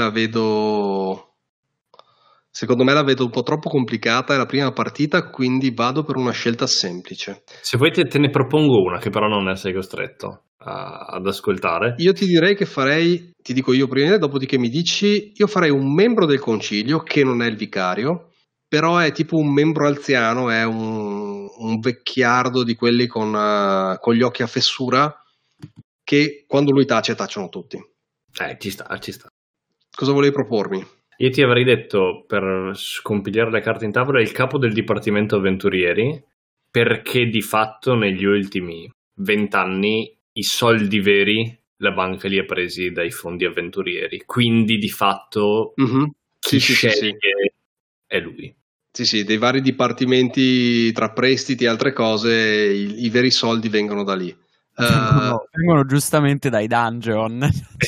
A: secondo me la vedo un po' troppo complicata, è la prima partita, quindi vado per una scelta semplice.
C: Se vuoi te ne propongo una, che però non sei costretto ad ascoltare.
A: Io ti direi che farei, ti dico io prima, dopodiché mi dici, io farei un membro del concilio, che non è il vicario, però è tipo un membro anziano, è un vecchiardo di quelli con gli occhi a fessura, che quando lui tace, tacciono tutti.
C: Ci sta.
A: Cosa volevi propormi?
C: Io ti avrei detto, per scompigliare le carte in tavola, il capo del dipartimento avventurieri, perché di fatto negli ultimi 20 anni i soldi veri la banca li ha presi dai fondi avventurieri, quindi di fatto chi sceglie è lui.
A: Sì, dei vari dipartimenti tra prestiti e altre cose, i veri soldi vengono da lì.
B: Vengono giustamente dai dungeon.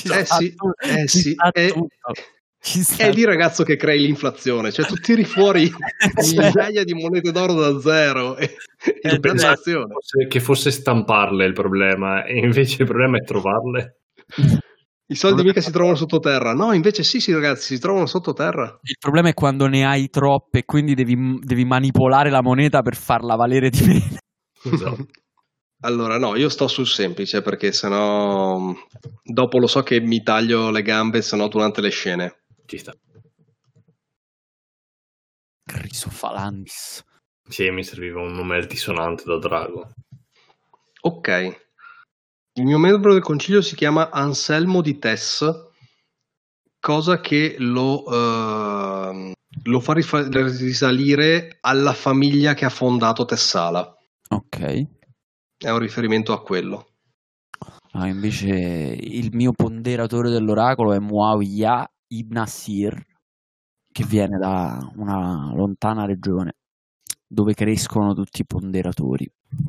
A: È lì, ragazzo, che crei l'inflazione, cioè tu tiri fuori migliaia di monete d'oro da zero e
C: pensavo che fosse stamparle il problema, e invece il problema è trovarle.
A: I soldi mica si trovano sottoterra. No, invece sì, ragazzi, si trovano sottoterra.
B: Il problema è quando ne hai troppe e quindi devi manipolare la moneta per farla valere di meno.
C: Esatto.
A: Allora, no, io sto sul semplice, perché sennò dopo lo so che mi taglio le gambe, sennò durante le scene.
C: Ci sta.
B: Crisophalannis.
C: Sì, mi serviva un nome altisonante da drago.
A: Ok. Il mio membro del concilio si chiama Anselmo di Tess, cosa che lo lo fa risalire alla famiglia che ha fondato Tessala.
B: Ok.
A: È un riferimento a quello.
B: Invece il mio ponderatore dell'oracolo è Muawiyah ibn Nasir, che viene da una lontana regione dove crescono tutti i ponderatori.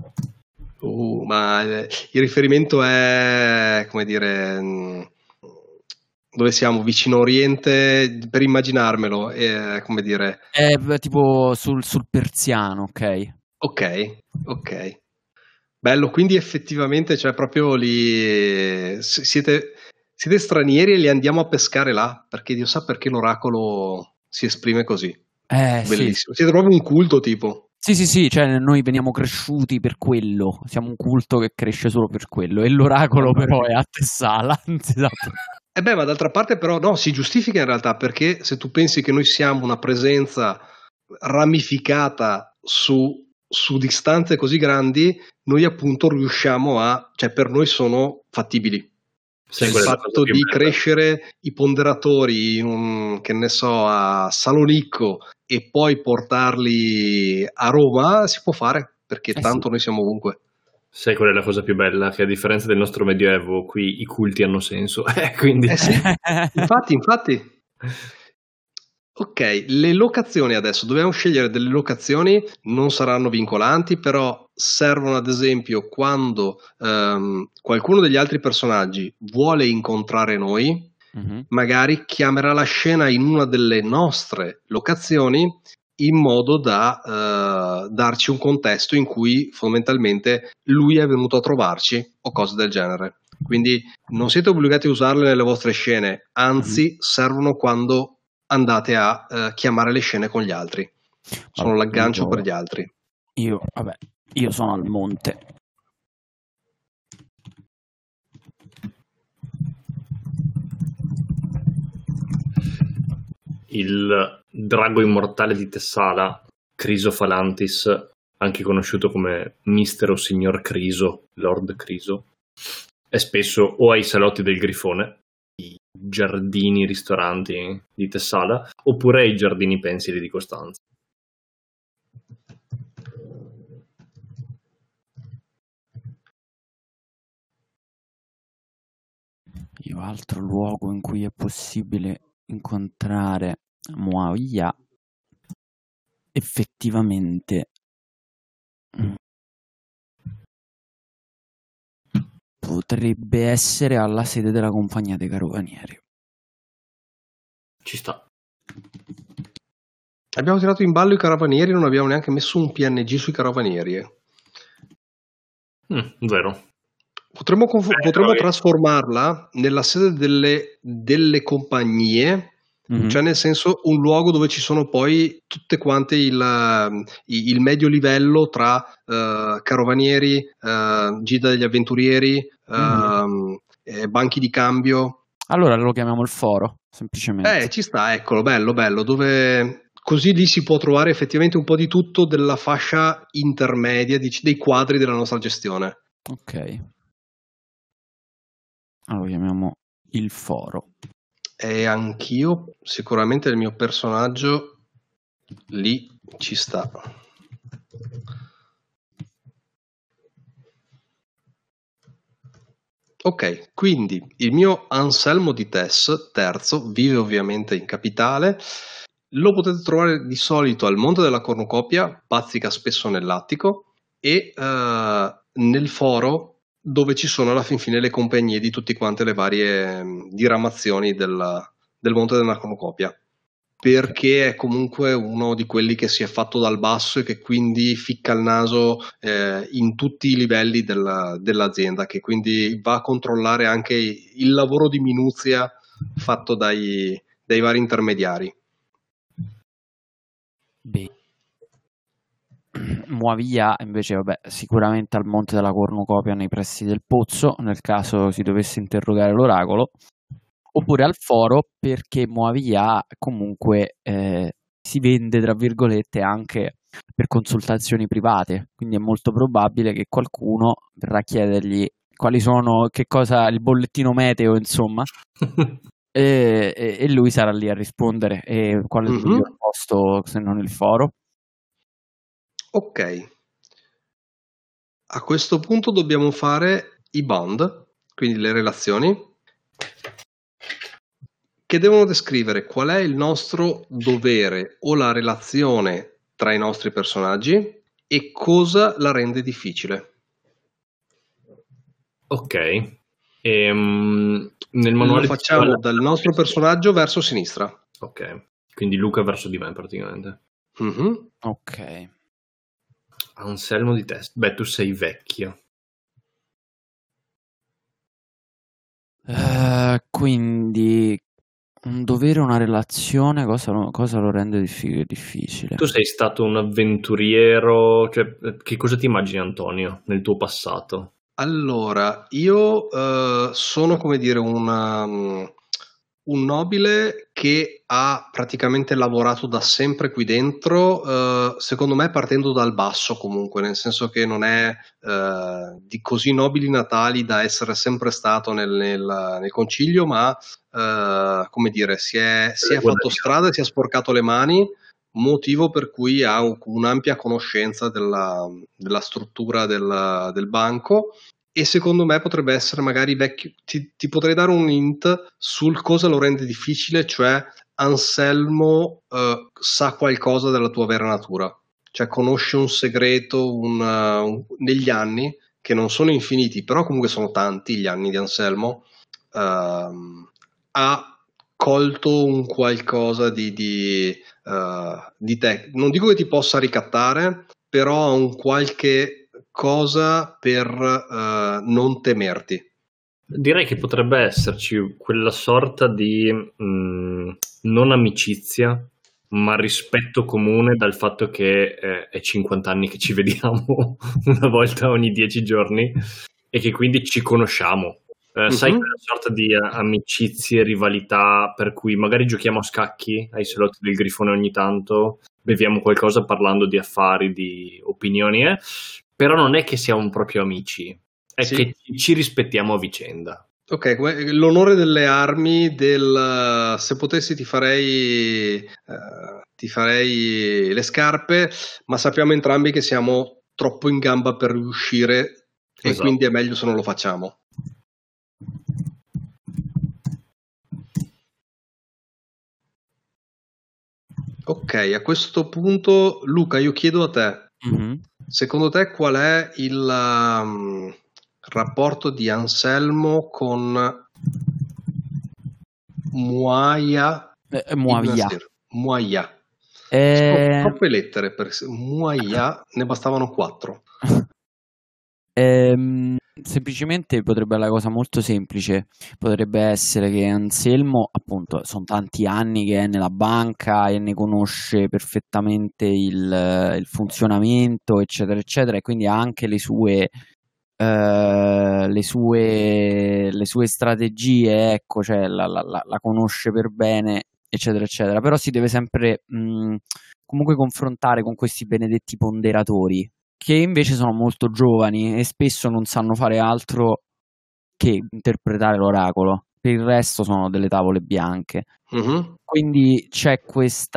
A: Ma il riferimento è, come dire, dove siamo? Vicino Oriente, per immaginarmelo, come dire...
B: È tipo sul persiano, ok?
A: Ok. Bello, quindi effettivamente, cioè proprio lì siete stranieri e li andiamo a pescare là, perché Dio sa perché l'oracolo si esprime così. Bellissimo.
B: Sì.
A: Siete proprio un culto tipo.
B: Sì, cioè noi veniamo cresciuti per quello, siamo un culto che cresce solo per quello, e l'oracolo però è a Tessala.
A: Ma d'altra parte però no, si giustifica in realtà, perché se tu pensi che noi siamo una presenza ramificata su distanze così grandi, noi appunto riusciamo cioè per noi sono fattibili. Cioè il fatto di crescere i ponderatori che ne so, a Salonicco e poi portarli a Roma si può fare, perché tanto noi siamo ovunque.
C: Sai qual è la cosa più bella? Che a differenza del nostro medioevo, qui i culti hanno senso. Quindi...
A: sì, infatti. Ok, le locazioni adesso, dobbiamo scegliere delle locazioni, non saranno vincolanti, però servono ad esempio quando qualcuno degli altri personaggi vuole incontrare noi, magari chiamerà la scena in una delle nostre locazioni in modo da darci un contesto in cui fondamentalmente lui è venuto a trovarci o cose del genere. Quindi non siete obbligati a usarle nelle vostre scene, anzi servono quando andate a chiamare le scene con gli altri. Sono l'aggancio per gli altri.
B: Io sono al monte.
C: Il drago immortale di Tessala, Crisofalantis, anche conosciuto come Mister o Signor Criso, Lord Criso, è spesso o ai salotti del Grifone, i giardini ristoranti di Tessala, oppure ai giardini pensili di Costanza.
B: Io altro luogo in cui è possibile incontrare Muawiyah effettivamente potrebbe essere alla sede della compagnia dei Carovanieri.
C: Ci sta.
A: Abbiamo tirato in ballo i Carovanieri, non abbiamo neanche messo un PNG sui Carovanieri.
C: Vero.
A: Potremmo trasformarla nella sede delle compagnie, cioè nel senso un luogo dove ci sono poi tutte quante il medio livello tra Carovanieri, Gilda degli Avventurieri, banchi di cambio.
B: Allora lo chiamiamo il foro, semplicemente.
A: Ci sta, eccolo, bello, dove così lì si può trovare effettivamente un po' di tutto della fascia intermedia dei quadri della nostra gestione.
B: Ok. Allora lo chiamiamo il foro.
A: E anch'io, sicuramente il mio personaggio lì ci sta. Ok, quindi il mio Anselmo di Tess, terzo, vive ovviamente in capitale. Lo potete trovare di solito al Monte della Cornucopia, bazzica spesso nell'attico, e nel foro dove ci sono alla fin fine le compagnie di tutte quante le varie diramazioni del Monte della Cornucopia, perché è comunque uno di quelli che si è fatto dal basso e che quindi ficca il naso in tutti i livelli dell'azienda, che quindi va a controllare anche il lavoro di minuzia fatto dai vari intermediari.
B: Beh. Muawiyah invece, sicuramente al Monte della Cornucopia nei pressi del pozzo, nel caso si dovesse interrogare l'oracolo, oppure al foro, perché Muawiyah comunque si vende, tra virgolette, anche per consultazioni private, quindi è molto probabile che qualcuno verrà a chiedergli quali sono, che cosa, il bollettino meteo, insomma, e lui sarà lì a rispondere qual è il miglior posto se non il foro.
A: Ok. A questo punto dobbiamo fare i bond, quindi le relazioni, che devono descrivere qual è il nostro dovere o la relazione tra i nostri personaggi e cosa la rende difficile.
C: Ok. Nel manuale
A: lo facciamo dal nostro personaggio verso sinistra.
C: Ok, quindi Luca verso di me praticamente.
A: Mm-hmm.
B: Ok.
C: Anselmo di testa. Beh, tu sei vecchio.
B: Quindi un dovere, una relazione, cosa lo rende difficile?
C: Tu sei stato un avventuriero, cioè, che cosa ti immagini, Antonio, nel tuo passato?
A: Allora, io sono, come dire, un nobile che ha praticamente lavorato da sempre qui dentro, secondo me partendo dal basso comunque, nel senso che non è di così nobili natali da essere sempre stato nel concilio, ma come dire, si è fatto strada e si è sporcato le mani, motivo per cui ha un'ampia conoscenza della struttura del banco. E secondo me potrebbe essere magari vecchio. Ti potrei dare un hint sul cosa lo rende difficile, cioè Anselmo sa qualcosa della tua vera natura, cioè conosce un segreto negli anni, che non sono infiniti, però comunque sono tanti gli anni di Anselmo, ha colto un qualcosa di te. Non dico che ti possa ricattare, però ha un qualche cosa per non temerti.
C: Direi che potrebbe esserci quella sorta di non amicizia, ma rispetto comune dal fatto che è 50 anni che ci vediamo una volta ogni 10 giorni e che quindi ci conosciamo. Sai, quella sorta di amicizie, rivalità per cui magari giochiamo a scacchi ai salotti del Grifone ogni tanto, beviamo qualcosa parlando di affari, di opinioni, però non è che siamo proprio amici, è
A: Sì.
C: che ci rispettiamo a vicenda.
A: Ok, l'onore delle armi se potessi ti farei le scarpe, ma sappiamo entrambi che siamo troppo in gamba per riuscire e
C: Esatto.
A: quindi è meglio se non lo facciamo. Ok, a questo punto Luca, io chiedo a te, secondo te qual è il rapporto di Anselmo con Muaia? Muaia. Sono troppe lettere per Muaia, ne bastavano 4.
B: Semplicemente potrebbe essere la cosa molto semplice, potrebbe essere che Anselmo, appunto, sono tanti anni che è nella banca e ne conosce perfettamente il funzionamento, eccetera, eccetera, e quindi ha anche le sue strategie, ecco, cioè la conosce per bene, eccetera, eccetera, però si deve sempre comunque confrontare con questi benedetti ponderatori, che invece sono molto giovani e spesso non sanno fare altro che interpretare l'oracolo. Per il resto sono delle tavole bianche. Quindi c'è questo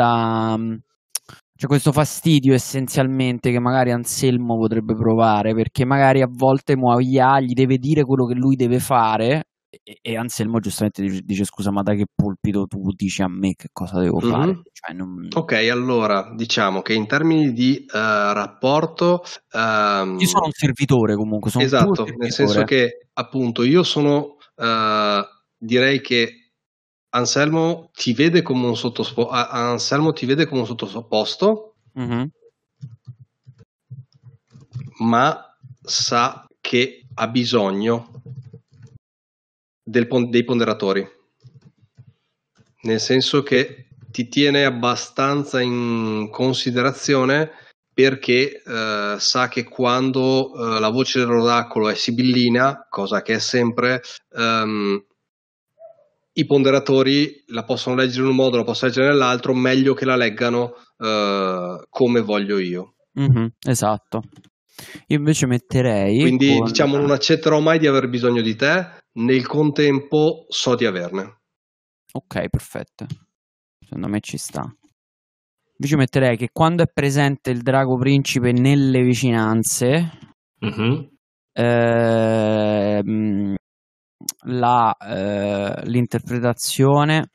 B: fastidio essenzialmente che magari Anselmo potrebbe provare, perché magari a volte Muawiya gli deve dire quello che lui deve fare e Anselmo giustamente dice scusa, ma da che pulpito tu dici a me che cosa devo fare? Cioè,
A: Ok, allora diciamo che in termini di rapporto
B: io sono un servitore comunque, sono
A: esatto, nel senso che appunto io sono direi che Anselmo ti vede come un sottoposto, ma sa che ha bisogno dei ponderatori, nel senso che ti tiene abbastanza in considerazione perché sa che quando la voce dell'oracolo è sibillina, cosa che è sempre, i ponderatori la possono leggere in un modo, la possono leggere nell'altro, meglio che la leggano come voglio io.
B: Esatto. Io invece metterei...
A: Quindi diciamo non accetterò mai di aver bisogno di te, nel contempo so di averne.
B: Ok, perfetto. Secondo me ci sta. Invece metterei che quando è presente il drago principe nelle vicinanze, l'interpretazione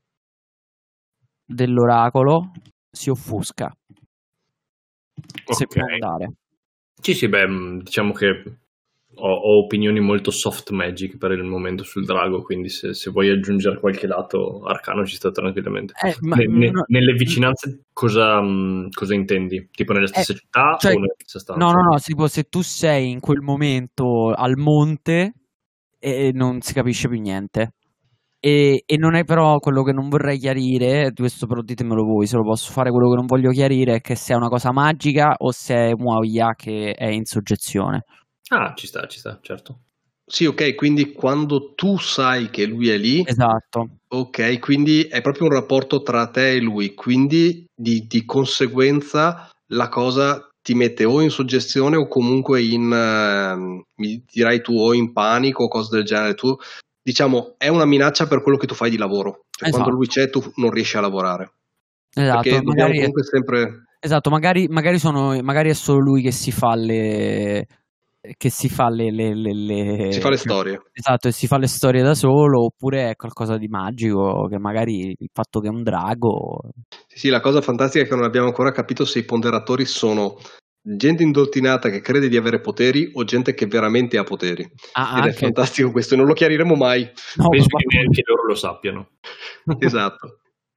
B: dell'oracolo si offusca. Se può andare.
C: Sì, diciamo che ho opinioni molto soft magic per il momento sul drago, quindi se vuoi aggiungere qualche lato arcano ci sta tranquillamente. Nelle vicinanze cosa intendi? Tipo nelle stesse città o nella stessa stanza?
B: No, tipo se tu sei in quel momento al monte e non si capisce più niente. E non è però quello che non vorrei chiarire, questo però ditemelo voi, se lo posso fare. Quello che non voglio chiarire è che se è una cosa magica o se è Muawiya che è in soggezione.
C: Ah, ci sta, certo.
A: Sì, ok, quindi quando tu sai che lui è lì,
B: esatto.
A: Ok, quindi è proprio un rapporto tra te e lui, quindi di conseguenza la cosa ti mette o in suggestione o comunque mi dirai tu, o in panico o cose del genere. Tu, diciamo, è una minaccia per quello che tu fai di lavoro. Cioè,
B: esatto.
A: Quando lui c'è tu non riesci a lavorare.
B: Esatto,
A: perché dobbiamo comunque sempre...
B: Esatto, magari è solo lui che si fa le
A: si fa le storie.
B: Esatto, e si fa le storie da solo, oppure è qualcosa di magico, che magari il fatto che è un drago.
A: Sì, la cosa fantastica è che non abbiamo ancora capito se i ponderatori sono gente indottinata che crede di avere poteri o gente che veramente ha poteri. Ed è fantastico questo, e non lo chiariremo mai.
C: Penso che neanche loro lo sappiano.
A: Esatto.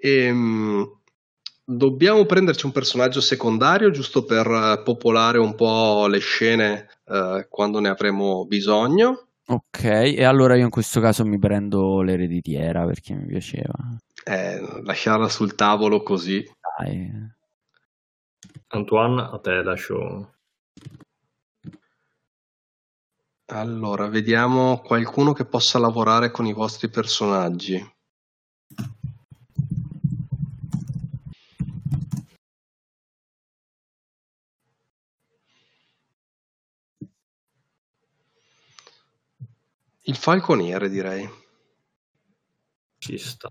A: Dobbiamo prenderci un personaggio secondario giusto per popolare un po' le scene quando ne avremo bisogno.
B: Ok, e allora io in questo caso mi prendo l'ereditiera perché mi piaceva.
A: Lasciarla sul tavolo così.
B: Dai.
C: Antoine, a te lascio.
A: Allora, vediamo qualcuno che possa lavorare con i vostri personaggi. Il falconiere, direi.
C: Ci sta.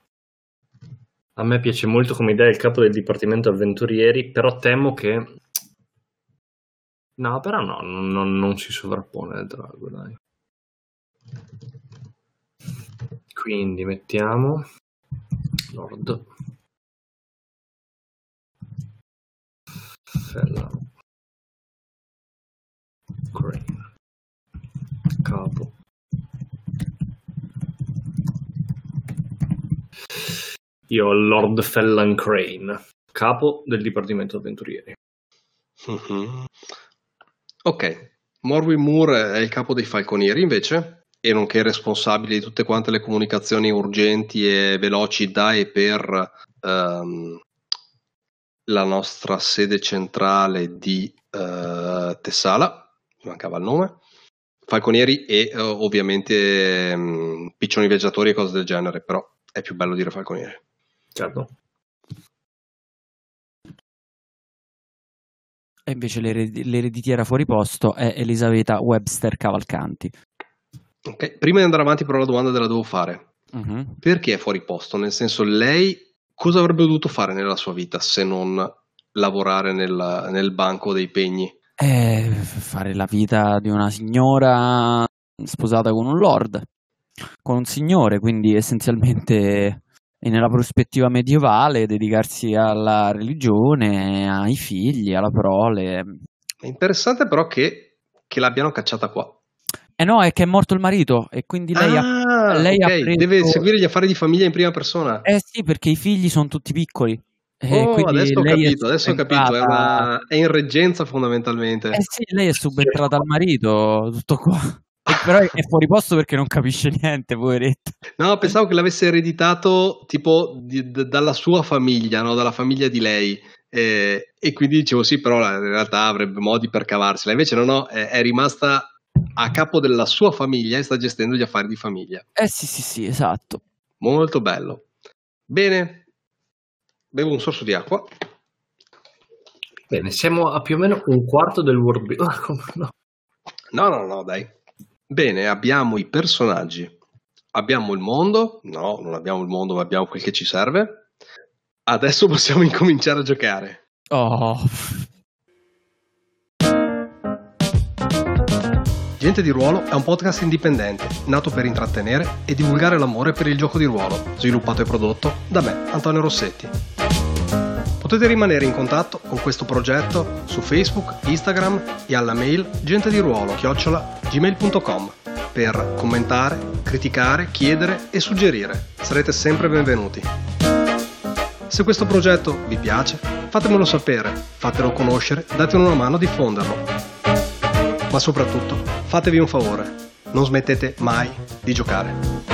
C: A me piace molto come idea il capo del dipartimento avventurieri, però temo che... No, però no, non si sovrappone al drago, dai. Quindi mettiamo... Lord. Fellan Crane. Capo. Io ho Lord Fellan Crane, capo del Dipartimento Avventurieri.
A: Mm-hmm. Ok, Morwin Moore è il capo dei falconieri invece, e nonché responsabile di tutte quante le comunicazioni urgenti e veloci da e per la nostra sede centrale di Tessala, mi mancava il nome, falconieri e ovviamente piccioni viaggiatori e cose del genere, però è più bello dire falconieri.
C: Certo.
B: E invece l'ereditiera fuori posto è Elisabetta Webster Cavalcanti.
A: Ok, prima di andare avanti però la domanda te la devo fare.
B: Uh-huh.
A: Perché è fuori posto? Nel senso, lei cosa avrebbe dovuto fare nella sua vita se non lavorare nel banco dei pegni?
B: Fare la vita di una signora sposata con un lord, con un signore, quindi essenzialmente nella prospettiva medievale dedicarsi alla religione, ai figli, alla prole.
A: È interessante però che l'abbiano cacciata qua.
B: No, è che è morto il marito e quindi lei ha preso...
A: deve seguire gli affari di famiglia in prima persona.
B: Sì, perché i figli sono tutti piccoli.
A: Adesso ho capito, è in reggenza fondamentalmente.
B: Sì, lei è subentrata al marito, tutto qua. Però è fuori posto perché non capisce niente, poveretto.
A: No, pensavo che l'avesse ereditato tipo dalla sua famiglia, no? Dalla famiglia di lei. E quindi dicevo sì, però in realtà avrebbe modi per cavarsela. Invece no, è rimasta a capo della sua famiglia e sta gestendo gli affari di famiglia.
B: Sì, esatto. Molto bello.
A: Bene. Bevo un sorso di acqua.
C: Bene, siamo a più o meno un quarto del world building.
A: No, dai. Bene, abbiamo i personaggi. Abbiamo il mondo? No, non abbiamo il mondo, ma abbiamo quel che ci serve. Adesso possiamo incominciare a giocare.
B: Oh.
A: Gente di Ruolo è un podcast indipendente, nato per intrattenere e divulgare l'amore per il gioco di ruolo, sviluppato e prodotto da me, Antonio Rossetti. Potete rimanere in contatto con questo progetto su Facebook, Instagram e alla mail gentediruolo@gmail.com per commentare, criticare, chiedere e suggerire. Sarete sempre benvenuti. Se questo progetto vi piace, fatemelo sapere, fatelo conoscere, datemi una mano a diffonderlo. Ma soprattutto, fatevi un favore, non smettete mai di giocare.